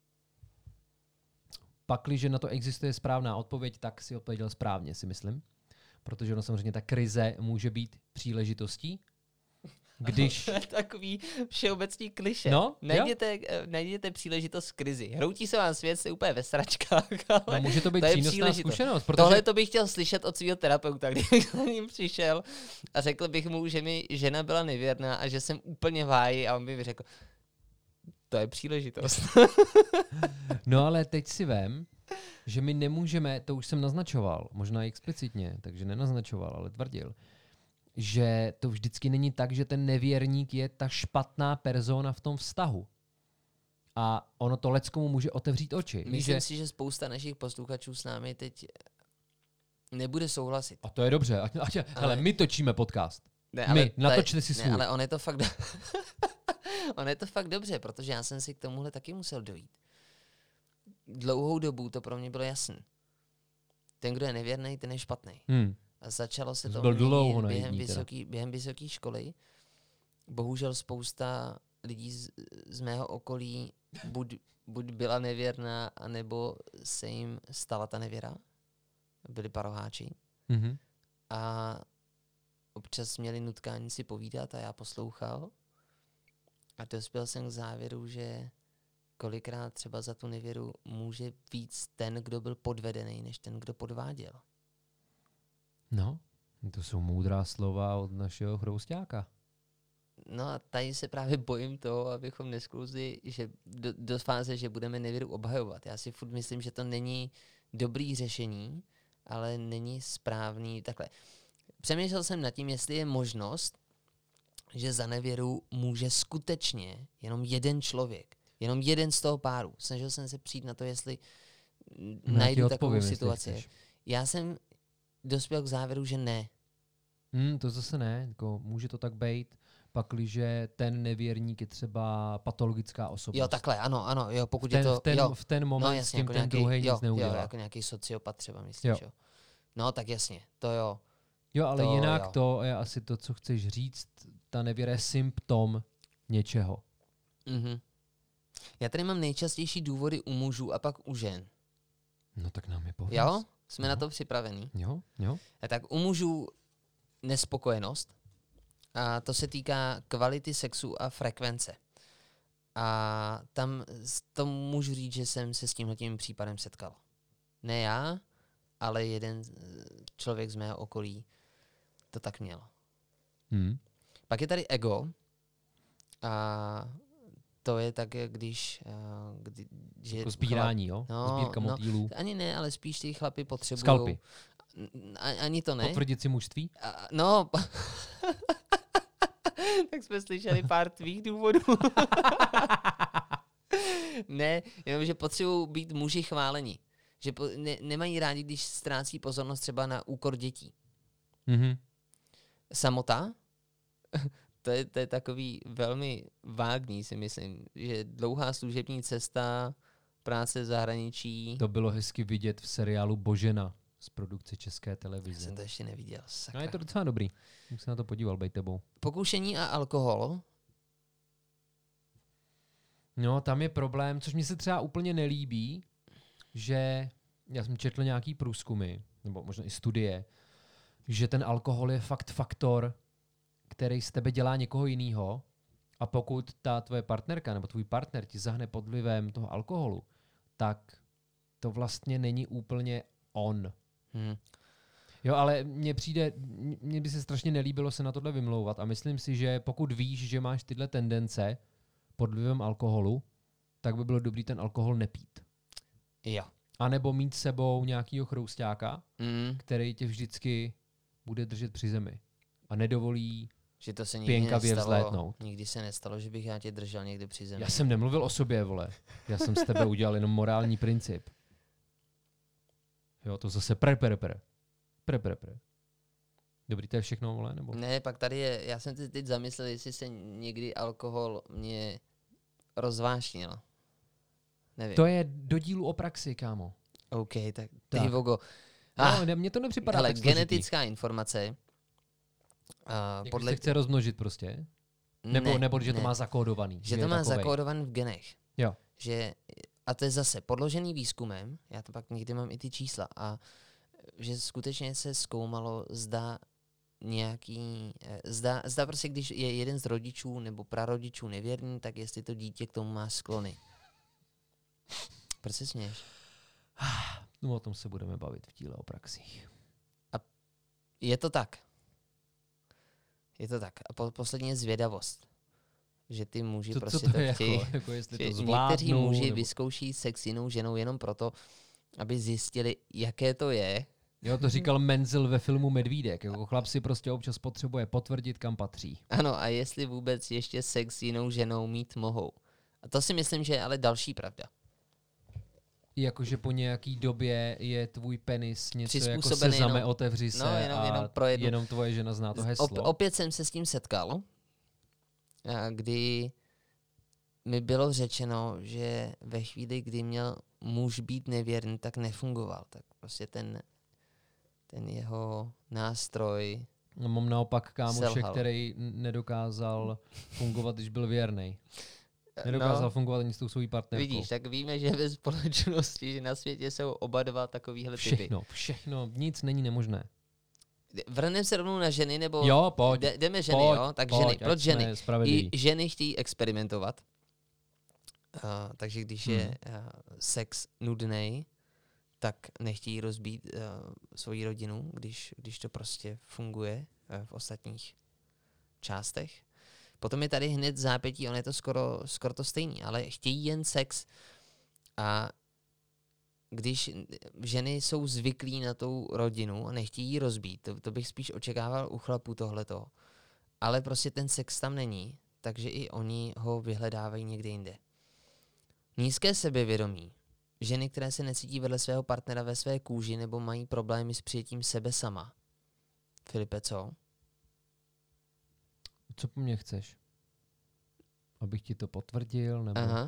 Pakliže na to existuje správná odpověď, tak si odpověděl správně, si myslím. Protože ono samozřejmě ta krize může být příležitostí, když... To je takový všeobecný kliše. No, najděte, eh, najděte příležitost v krizi. Hroutí se vám svět, jste úplně ve sračkách, ale No, může to být to je přínosná příležitost. zkušenost, protože... Tohle to bych chtěl slyšet od svého terapeuta, kdybych za ním přišel a řekl bych mu, že mi žena byla nevěrná a že jsem úplně v háji a on by mi řekl, to je příležitost. No ale teď si vem, že my nemůžeme, to už jsem naznačoval, možná i explicitně, takže nenaznačoval, ale tvrdil, že to vždycky není tak, že ten nevěrník je ta špatná persona v tom vztahu. A ono to leckomu může otevřít oči. Víš, Myslím že... si, že spousta našich posluchačů s námi teď nebude souhlasit. A to je dobře. Ať, ať, ale... Hele, my točíme podcast. Ne, My, natočte si ne, svůj. ale on je to fakt do... on je to fakt dobře, protože já jsem si k tomuhle taky musel dojít. Dlouhou dobu to pro mě bylo jasný. Ten, kdo je nevěrný, ten je špatný. Hmm. A začalo se Jsi to byl dlouho měnit naivní během, teda. vysoký, během vysoké školy. Bohužel spousta lidí z, z mého okolí buď, buď byla nevěrná, anebo se jim stala ta nevěra. Byli paroháči. Mhm. A občas měli nutkání si povídat a já poslouchal. A dospěl jsem k závěru, že kolikrát třeba za tu nevěru může víc ten, kdo byl podvedený, než ten, kdo podváděl. No, to jsou moudrá slova od našeho chrousťáka. No a tady se právě bojím toho, abychom nesklouzli že do, do fáze, že budeme nevěru obhajovat. Já si furt myslím, že to není dobrý řešení, ale není správný. Takhle. Přemýšlel jsem nad tím, jestli je možnost, že za nevěru může skutečně jenom jeden člověk. Jenom jeden z toho páru. Snažil jsem se přijít na to, jestli No, najdu odpovím, takovou jestli situaci. chceš. Já jsem dospěl k závěru, že ne. Hmm, to zase ne, jako může to tak být, pakliže ten nevěrník je třeba patologická osobnost. Jo, takhle, ano, ano, jo, pokud v ten, je to... v ten, jo. v ten moment No s jasně, tím jako ten nějaký, druhý nic jo, neudělá. jo, jako nějaký sociopat třeba, myslíš, Jo. jo. No tak jasně, to jo. Jo, ale To jinak jo. to je asi to, co chceš říct. Ta nevěra je symptom něčeho. Mhm. Já tady mám nejčastější důvody u mužů a pak u žen. No tak nám je pověz. Jo? Jsme No. na to připravení. Jo, jo. A tak u mužů nespokojenost. A to se týká kvality sexu a frekvence. A tam s- to můžu říct, že jsem se s tímhletím případem setkal. Ne já, ale jeden z- člověk z mého okolí to tak měl. Hmm. Pak je tady ego. A to je tak, jak když... a, kdy, že Jako sbírání, jo? No, Sbírka no. motýlů. Ani ne, ale spíš ty chlapy potřebují... Skalpy. Ani to ne. Potvrdit si mužství? A, no, tak jsme slyšeli pár tvých důvodů. Ne, jenom, že potřebují být muži chválení. Že po, ne, nemají rádi, když ztrácí pozornost třeba na úkor dětí. Mhm. Samota? to, je, to je takový velmi vágní, si myslím. Že dlouhá služební cesta, práce v zahraničí. To bylo hezky vidět v seriálu Božena z produkce České Já televize. jsem to ještě neviděl. No Sakra. je to docela dobrý. Bych se na to podíval, bej tebou. Pokušení a alkohol. No, tam je problém, což mi se třeba úplně nelíbí, že já jsem četl nějaký průzkumy, nebo možná i studie, že ten alkohol je fakt faktor, který z tebe dělá někoho jiného. A pokud ta tvoje partnerka nebo tvůj partner ti zahne pod vlivem toho alkoholu, tak to vlastně není úplně on. Hm. Jo, ale mně přijde, mně by se strašně nelíbilo se na tohle vymlouvat a myslím si, že pokud víš, že máš tyhle tendence pod vlivem alkoholu, tak by bylo dobrý ten alkohol nepít. Jo. A nebo mít s sebou nějakýho chrousťáka, Mm. který tě vždycky bude držet při zemi a nedovolí. Že to se nikdy Pěnkavě nestalo. vzlétnout. Nikdy se nestalo, že bych já tě držel někdy při zemi. Já jsem nemluvil o sobě, vole. Já jsem z tebe udělal jenom morální princip. Jo, to zase pre, pre, pre. Pre, pre, pre. Dobrý, to je všechno, vole, nebo? Ne, pak tady je, já jsem si teď zamyslel, jestli se někdy alkohol mě rozvášnil. Nevím. To je do dílu o praxi, kámo. OK, tak ty Tak. vogo. No, Ah, ne, mně to nepřipadá hele, tak složitý. genetická informace. Uh, Jak podle se chce rozmnožit prostě? Nebo, ne, nebo že to ne. má zakódovaný? Že to je má takovej. zakódovan v genech. Jo. Že, a to je zase podložený výzkumem, já to pak někdy mám i ty čísla, a že skutečně se zkoumalo, zda nějaký, eh, zda, zda prostě když je jeden z rodičů nebo prarodičů nevěrný, tak jestli to dítě k tomu má sklony. Proč se směješ? No, o tom se budeme bavit v díle o praxích. Je to tak. Je to tak. A po, poslední je zvědavost. Že ty muži Co, prostě co to to je chtějí. jako, jako jestli Že to někteří zvládnou? muži nebo... vyzkouší sex s jinou ženou jenom proto, aby zjistili, jaké to je. Jo, to říkal Menzel ve filmu Medvídek. Jako chlap si prostě občas potřebuje potvrdit, kam patří. Ano, a jestli vůbec ještě sex s jinou ženou mít mohou. A to si myslím, že je ale další pravda. Jakože po nějaký době je tvůj penis něco jako Přizpůsobený sezame, jenom- otevři se no, jenom- a jenom pro jednu- jenom tvoje žena zná to heslo. Op- opět jsem se s tím setkal, a kdy mi bylo řečeno, že ve chvíli, kdy měl muž být nevěrný, tak nefungoval. Tak prostě ten, ten jeho nástroj. No, mám naopak kámoše, Selhal. který n- nedokázal fungovat, když byl věrnej. Nedokázal No, fungovat ani s tou svou partnerkou. vidíš, tak víme, že ve společnosti, že na světě jsou oba dva takovýhle typy. Všechno, všechno, nic není nemožné. vrhneme se rovnou na ženy, nebo Jo, pojď. jde- jdeme ženy, pojď, jo? Tak pojď, ženy. ať Proč jsme ženy? spravedliví. I ženy chtějí experimentovat. Uh, takže když Hmm. je uh, sex nudnej, tak nechtějí rozbít uh, svoji rodinu, když, když to prostě funguje uh, v ostatních částech. Potom je tady hned zápětí, on je to skoro, skoro to stejný, ale chtějí jen sex. A když ženy jsou zvyklí na tou rodinu a nechtějí ji rozbít, to, to bych spíš očekával u chlapů tohleto. Ale prostě ten sex tam není, takže i oni ho vyhledávají někde jinde. Nízké sebevědomí. Ženy, které se necítí vedle svého partnera ve své kůži nebo mají problémy s přijetím sebe sama. Filipe, co? Co po mně chceš? Abych ti to potvrdil? Nebo... Aha.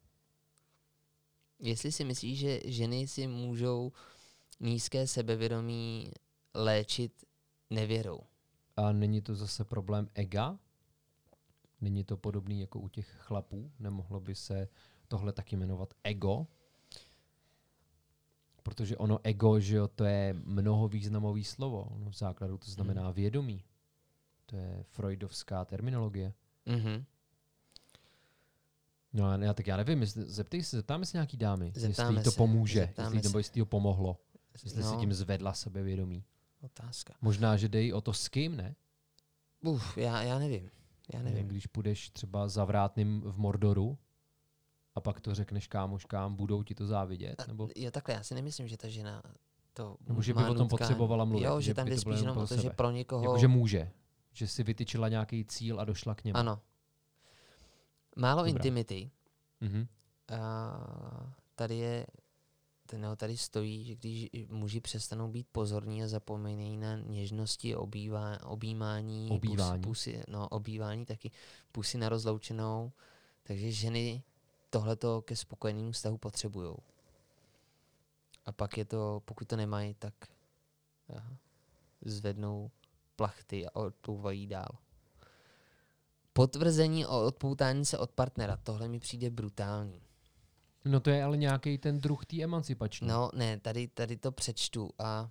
Jestli si myslíš, že ženy si můžou nízké sebevědomí léčit nevěrou. A není to zase problém ega? Není to podobný jako u těch chlapů? Nemohlo by se tohle taky jmenovat ego? Protože ono ego, že jo, to je mnohovýznamový slovo. Ono v základu to znamená vědomí. To je freudovská terminologie. Mhm. No a já, tak já nevím, jestli, zeptej se, zeptáme se nějaký dámy, Zeptáme jestli jí to se, pomůže, zeptáme jestli, nebo se. jestli jí to pomohlo, jestli No. si tím zvedla sebevědomí. Otázka. Možná, že dej o to s kým, ne? Uf, já, já nevím. Já nevím. Když půjdeš třeba za vrátným v Mordoru a pak to řekneš kámoškám, budou ti to závidět? Nebo, Jo, takhle, já si nemyslím, že ta žena to nebo že by má o tom nutkání. potřebovala mluvit? Jo, že tam by jde to bylo spíš jenom jenom o pro to, že sebe. pro někoho... Jako, že může. Že si vytyčila nějaký cíl a došla k němu. Ano. Málo Dobrá. intimity. Mhm. A tady je, no, tady stojí, že když muži přestanou být pozorní a zapomínají na něžnosti, obývá, objímání, Obývání. Pusy, pusy, no, obývání taky, pusy na rozloučenou, takže ženy tohleto ke spokojenému vztahu potřebujou. A pak je to, pokud to nemají, tak aha, zvednou plachty a odplouvají dál. Potvrzení o odpoutání se od partnera, tohle mi přijde brutální. No to je ale nějaký ten druh té emancipační. No ne, tady, tady to přečtu a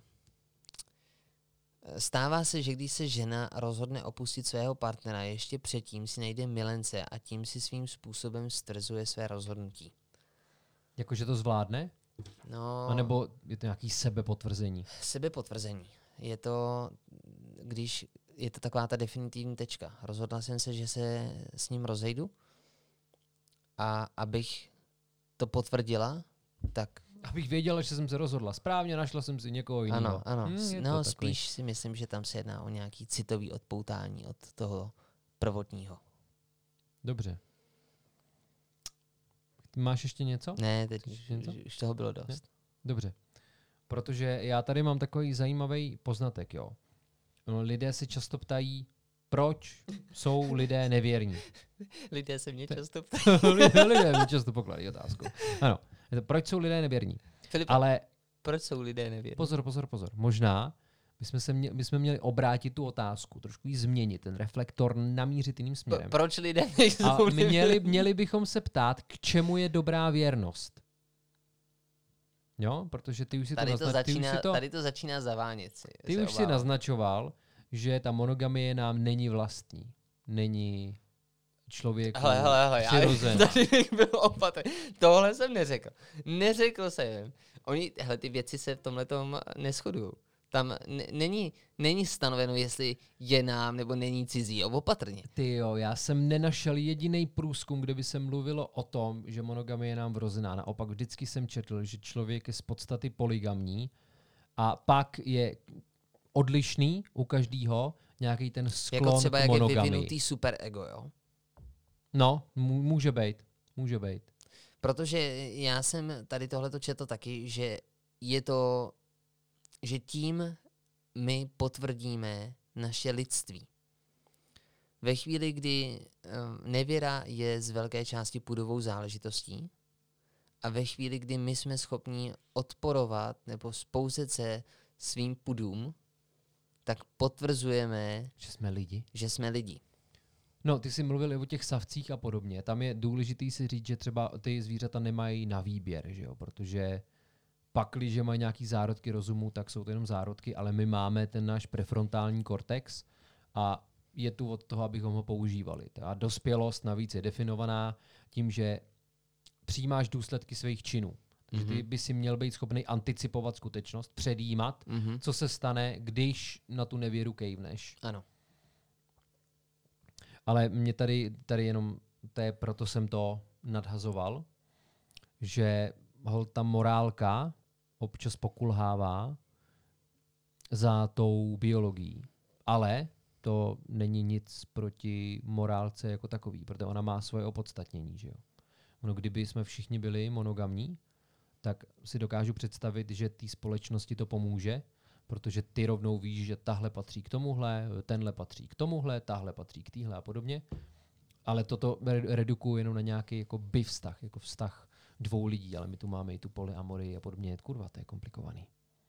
stává se, že když se žena rozhodne opustit svého partnera, ještě předtím si najde milence a tím si svým způsobem stvrzuje své rozhodnutí. Jakože to zvládne? No, A nebo je to nějaký sebepotvrzení? sebepotvrzení. Je to, když je to taková ta definitivní tečka. Rozhodla jsem se, že se s ním rozejdu a abych to potvrdila, tak Abych věděla, že jsem se rozhodla správně, našla jsem si někoho jiného. ano, ano. Hm, S- je to no, takový. spíš si myslím, že tam se jedná o nějaký citový odpoutání od toho prvotního. Dobře. Máš ještě něco? Ne, teď Chceš už, něco? už- už toho bylo dost. Ne? Dobře. Protože já tady mám takový zajímavý poznatek, jo. No, lidé se často ptají, proč jsou lidé nevěrní. Lidé se mě To- často ptají. lidé, lidé mi často pokládají otázku. Ano, je to, proč jsou lidé nevěrní? Filip, Ale proč jsou lidé nevěrní? pozor, pozor, pozor. Možná bychom, se mě, bychom měli obrátit tu otázku, trošku ji změnit, ten reflektor namířit jiným P- směrem. proč lidé nejsou A nevěrní? měli, měli bychom se ptát, k čemu je dobrá věrnost. Jo, protože ty už si Tady to, to, nazna- ty už začíná, si to, tady to začíná zavánět si. ty se už si obávám. naznačoval, že ta monogamie nám není vlastní. Není člověku Hele, hele, hele, já přirozená. tady bych byl opatrný. Tohle jsem neřekl. Neřekl jsem. Oni, hele, ty věci se v tomhletom neshodují. Tam n- není, není stanoveno, jestli je nám nebo není cizí. Jo, opatrně. Ty jo, já jsem nenašel jediný průzkum, kde by se mluvilo o tom, že monogamie je nám vrozená. Naopak vždycky jsem četl, že člověk je z podstaty polygamní a pak je odlišný u každého nějaký ten sklon Jako třeba k jak je monogamii. vyvinutý superego, jo. No, mů- může být, může být. Protože já jsem tady tohleto četl taky, že je to, že tím my potvrdíme naše lidství. Ve chvíli, kdy um, nevěra je z velké části pudovou záležitostí a ve chvíli, kdy my jsme schopni odporovat nebo spouzet se svým pudům, tak potvrzujeme, Že jsme lidi. že jsme lidi. No, ty jsi mluvil i o těch savcích a podobně. Tam je důležitý si říct, že třeba ty zvířata nemají na výběr, že jo? Protože Pakli, že mají nějaký zárodky rozumu, tak jsou to jenom zárodky, ale my máme ten náš prefrontální kortex a je tu od toho, abychom ho používali. A dospělost navíc je definovaná tím, že přijímáš důsledky svých činů. Takže ty by si měl být schopný anticipovat skutečnost, předjímat, mm-hmm. co se stane, když na tu nevěru kejvneš. Ano. Ale mě tady, tady jenom, to je, proto jsem to nadhazoval, že hol ta morálka občas pokulhává za tou biologií. Ale to není nic proti morálce jako takový, protože ona má svoje opodstatnění. Že jo? Ono, kdyby jsme všichni byli monogamní, tak si dokážu představit, že té společnosti to pomůže, protože ty rovnou víš, že tahle patří k tomuhle, tenhle patří k tomuhle, tahle patří k týhle a podobně. Ale toto redukuju jenom na nějaký jako by vztah, jako vztah dvou lidí, ale my tu máme i tu polyamorii a podobně. Kurva, to je komplikovaný.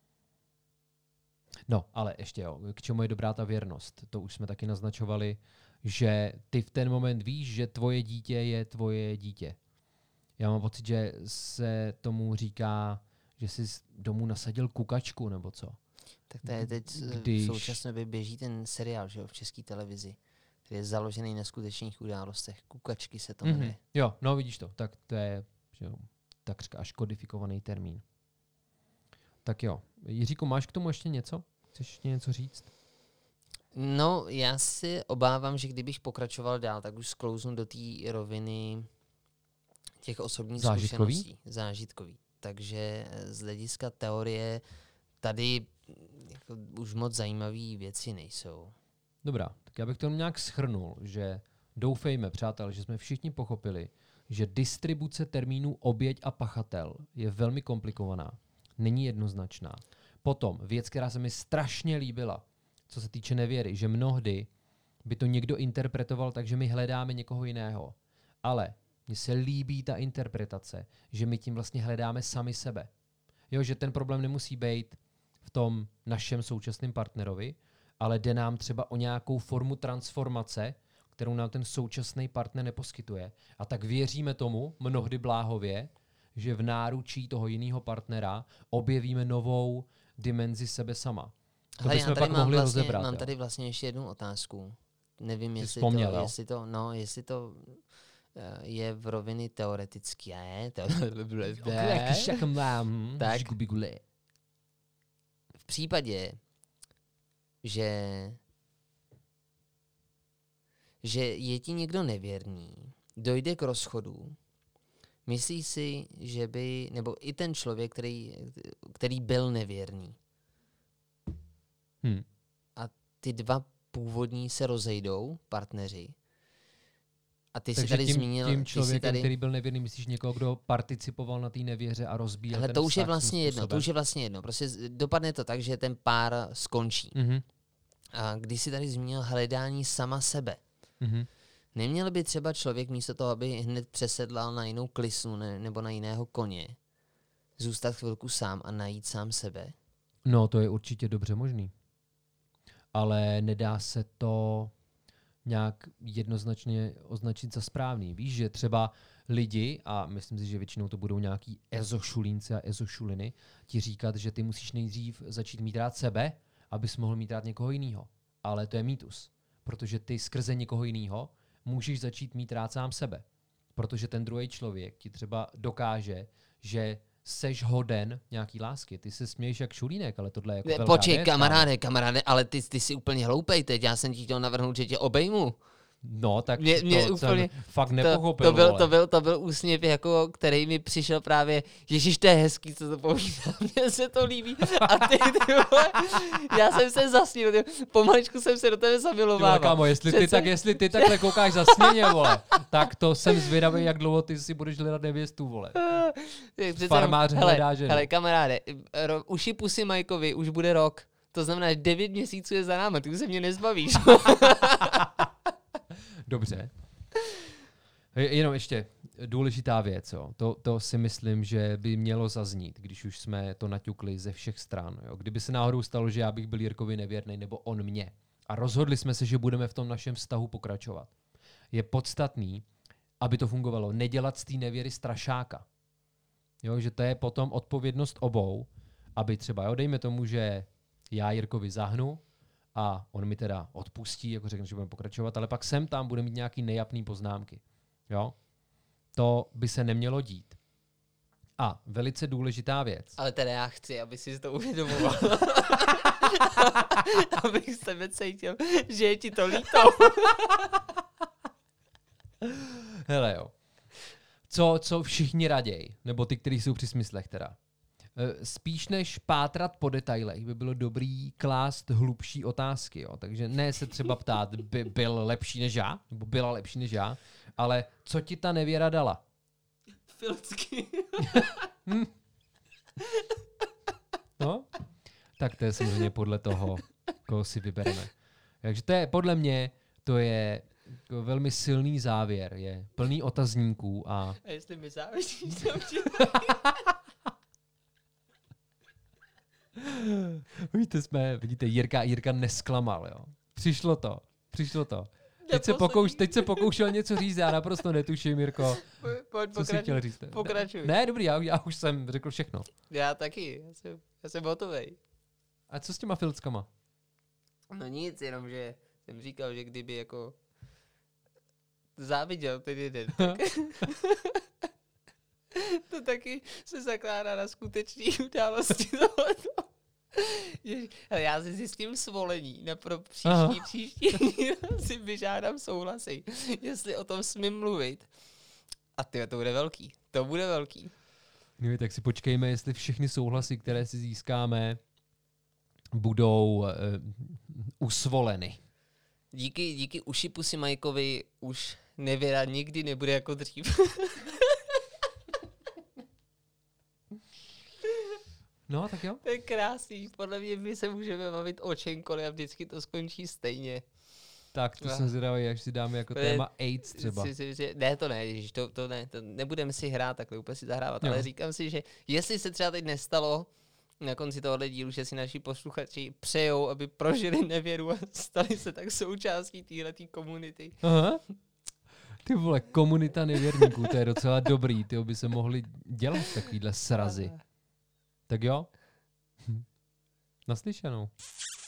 No, ale ještě jo, k čemu je dobrá ta věrnost? To už jsme taky naznačovali, že ty v ten moment víš, že tvoje dítě je tvoje dítě. Já mám pocit, že se tomu říká, že jsi domů nasadil kukačku, nebo co? Tak to je teď Když... v současné době běží ten seriál, že jo, v české televizi, který je založený na skutečných událostech. Kukačky se to jmenuje. Mm-hmm. Jo, no vidíš to. Tak to je že jo, takřka až kodifikovaný termín. Tak jo. Jiříku, máš k tomu ještě něco? Chceš ještě něco říct? No, já si obávám, že kdybych pokračoval dál, tak už sklouznu do té roviny těch osobních zážitkový? zkušeností. Zážitkový. Takže z hlediska teorie tady jako už moc zajímavé věci nejsou. Dobrá, tak já bych to nějak shrnul, že doufejme, přátelé, že jsme všichni pochopili, že distribuce termínů oběť a pachatel je velmi komplikovaná, není jednoznačná. Potom věc, která se mi strašně líbila, co se týče nevěry, že mnohdy by to někdo interpretoval tak, že my hledáme někoho jiného. Ale mně se líbí ta interpretace, že my tím vlastně hledáme sami sebe. Jo, že ten problém nemusí být v tom našem současném partnerovi, ale jde nám třeba o nějakou formu transformace, kterou nám ten současný partner neposkytuje. A tak věříme tomu, mnohdy bláhově, že v náručí toho jiného partnera objevíme novou dimenzi sebe sama. To Hele, bychom pak mohli vlastně, rozebrat. Mám jo. tady vlastně ještě jednu otázku. Nevím, jestli, vzpomněl, to, jo? jestli to, no, jestli to je v roviny teoretické. To, tak v případě, že, že je ti někdo nevěrný, dojde k rozchodu, myslíš si, že by, nebo i ten člověk, který, který byl nevěrný, hmm. a ty dva původní se rozejdou, partneři, a ty Takže jsi tady tím, zmínil... tím člověkem, tady... který byl nevěrný, myslíš někoho, kdo participoval na té nevěře a rozbíjel Ale ten to už je vztah vlastně jedno, způsobem. to už je vlastně jedno. Prostě dopadne to tak, že ten pár skončí. Mm-hmm. A když jsi tady zmínil hledání sama sebe, Mm-hmm. neměl by třeba člověk místo toho, aby hned přesedlal na jinou klisnu ne, nebo na jiného koně, zůstat chvilku sám a najít sám sebe? No, to je určitě dobře možný. Ale nedá se to nějak jednoznačně označit za správný. Víš, že třeba lidi, a myslím si, že většinou to budou nějaký ezošulínci a ezošuliny, ti říkat, že ty musíš nejdřív začít mít rád sebe, abys mohl mít rád někoho jiného. Ale to je mýtus. Protože ty skrze někoho jiného můžeš začít mít rád sám sebe. Protože ten druhý člověk ti třeba dokáže, že seš hoden nějaký lásky. Ty se směješ jak šulínek, ale tohle je jako velká Počkej, věc, kamaráde, kamaráde, ale ty, ty jsi úplně hloupej teď. Já jsem ti chtěl navrhnout, že tě obejmu. No, tak mě, mě to úplně, jsem fakt nepochopil. To, to, byl, vole. to, byl, to byl úsměv, jako, který mi přišel právě, ježiš, to je hezký, co to povídá, mně se to líbí. A ty, ty vole, já jsem se zasnil, ty, pomaličku jsem se do tebe zamilovával. Ty kámo, jestli, ty tak, jestli ty takhle koukáš zasněně, vole, tak to jsem zvědavý, jak dlouho ty si budeš hledat nevěstu, vole. Farmář hledá ženu. Hele, kamaráde, ro, uši pusy Majkovi už bude rok. To znamená, že devět měsíců je za náma, ty už se mě nezbavíš. Dobře. Jenom ještě důležitá věc. Jo. To, to si myslím, že by mělo zaznít, když už jsme to naťukli ze všech stran. Jo. Kdyby se náhodou stalo, že já bych byl Jirkovi nevěrný nebo on mě a rozhodli jsme se, že budeme v tom našem vztahu pokračovat, je podstatný, aby to fungovalo. Nedělat z té nevěry strašáka. Jo, že to je potom odpovědnost obou, aby třeba, jo, dejme tomu, že já Jirkovi zahnu a on mi teda odpustí, jako řekne, že budeme pokračovat, ale pak sem tam bude mít nějaký nejapný poznámky. Jo? To by se nemělo dít. A velice důležitá věc. Ale teda já chci, aby si to uvědomoval. Abych sebe cítil, že je ti to líto. Hele jo. Co, co všichni raději, nebo ty, kteří jsou při smyslech teda. Spíš než pátrat po detailech by bylo dobrý klást hlubší otázky. Jo? Takže ne se třeba ptát, by byl lepší než já, nebo byla lepší než já, ale co ti ta nevěra dala? Filcky. hm. No, tak to je samozřejmě podle toho, koho si vybereme. Takže to je, podle mě, to je velmi silný závěr, je plný otazníků a... A jestli mi závidíš, to Víte, jsme, vidíte, Jirka, Jirka nesklamal, jo. Přišlo to, přišlo to. Teď se, pokouš, teď se pokoušel něco říct, já naprosto netuším, Jirko, Pojď, co jsi chtěl říct. Pokračuj. Ne, dobrý, já, já už jsem řekl všechno. Já taky, já jsem, já jsem hotovej. A co s těma filckama? No nic, jenom že jsem říkal, že kdyby jako záviděl ten jeden, tak to taky se zakládá na skutečné události tohoto. Ale já si zjistím svolení na pro příští, Aha. příští si vyžádám souhlasy, jestli o tom smím mluvit. A tyjo, to bude velký, to bude velký. No, tak si počkejme, jestli všechny souhlasy, které si získáme, budou uh, usvoleny. Díky, díky uši pusy Majkovi už nevěra nikdy nebude jako dřív. No, tak jo. To je krásný. Podle mě my se můžeme bavit o čemkoliv a vždycky to skončí stejně. Tak, to no. jsem zvědavý, jak si dáme jako téma AIDS třeba. Si, si, si, ne, to ne, ježiš, to, to ne, to nebudeme si hrát takhle, úplně si zahrávat, no. Ale říkám si, že jestli se třeba teď nestalo na konci tohohle dílu, že si naši posluchači přejou, aby prožili nevěru a stali se tak součástí téhletý komunity. Aha. Ty vole, komunita nevěrníků, to je docela dobrý, ty by se mohli dělat takovýhle srazy. Tak jo? Naslyšenou.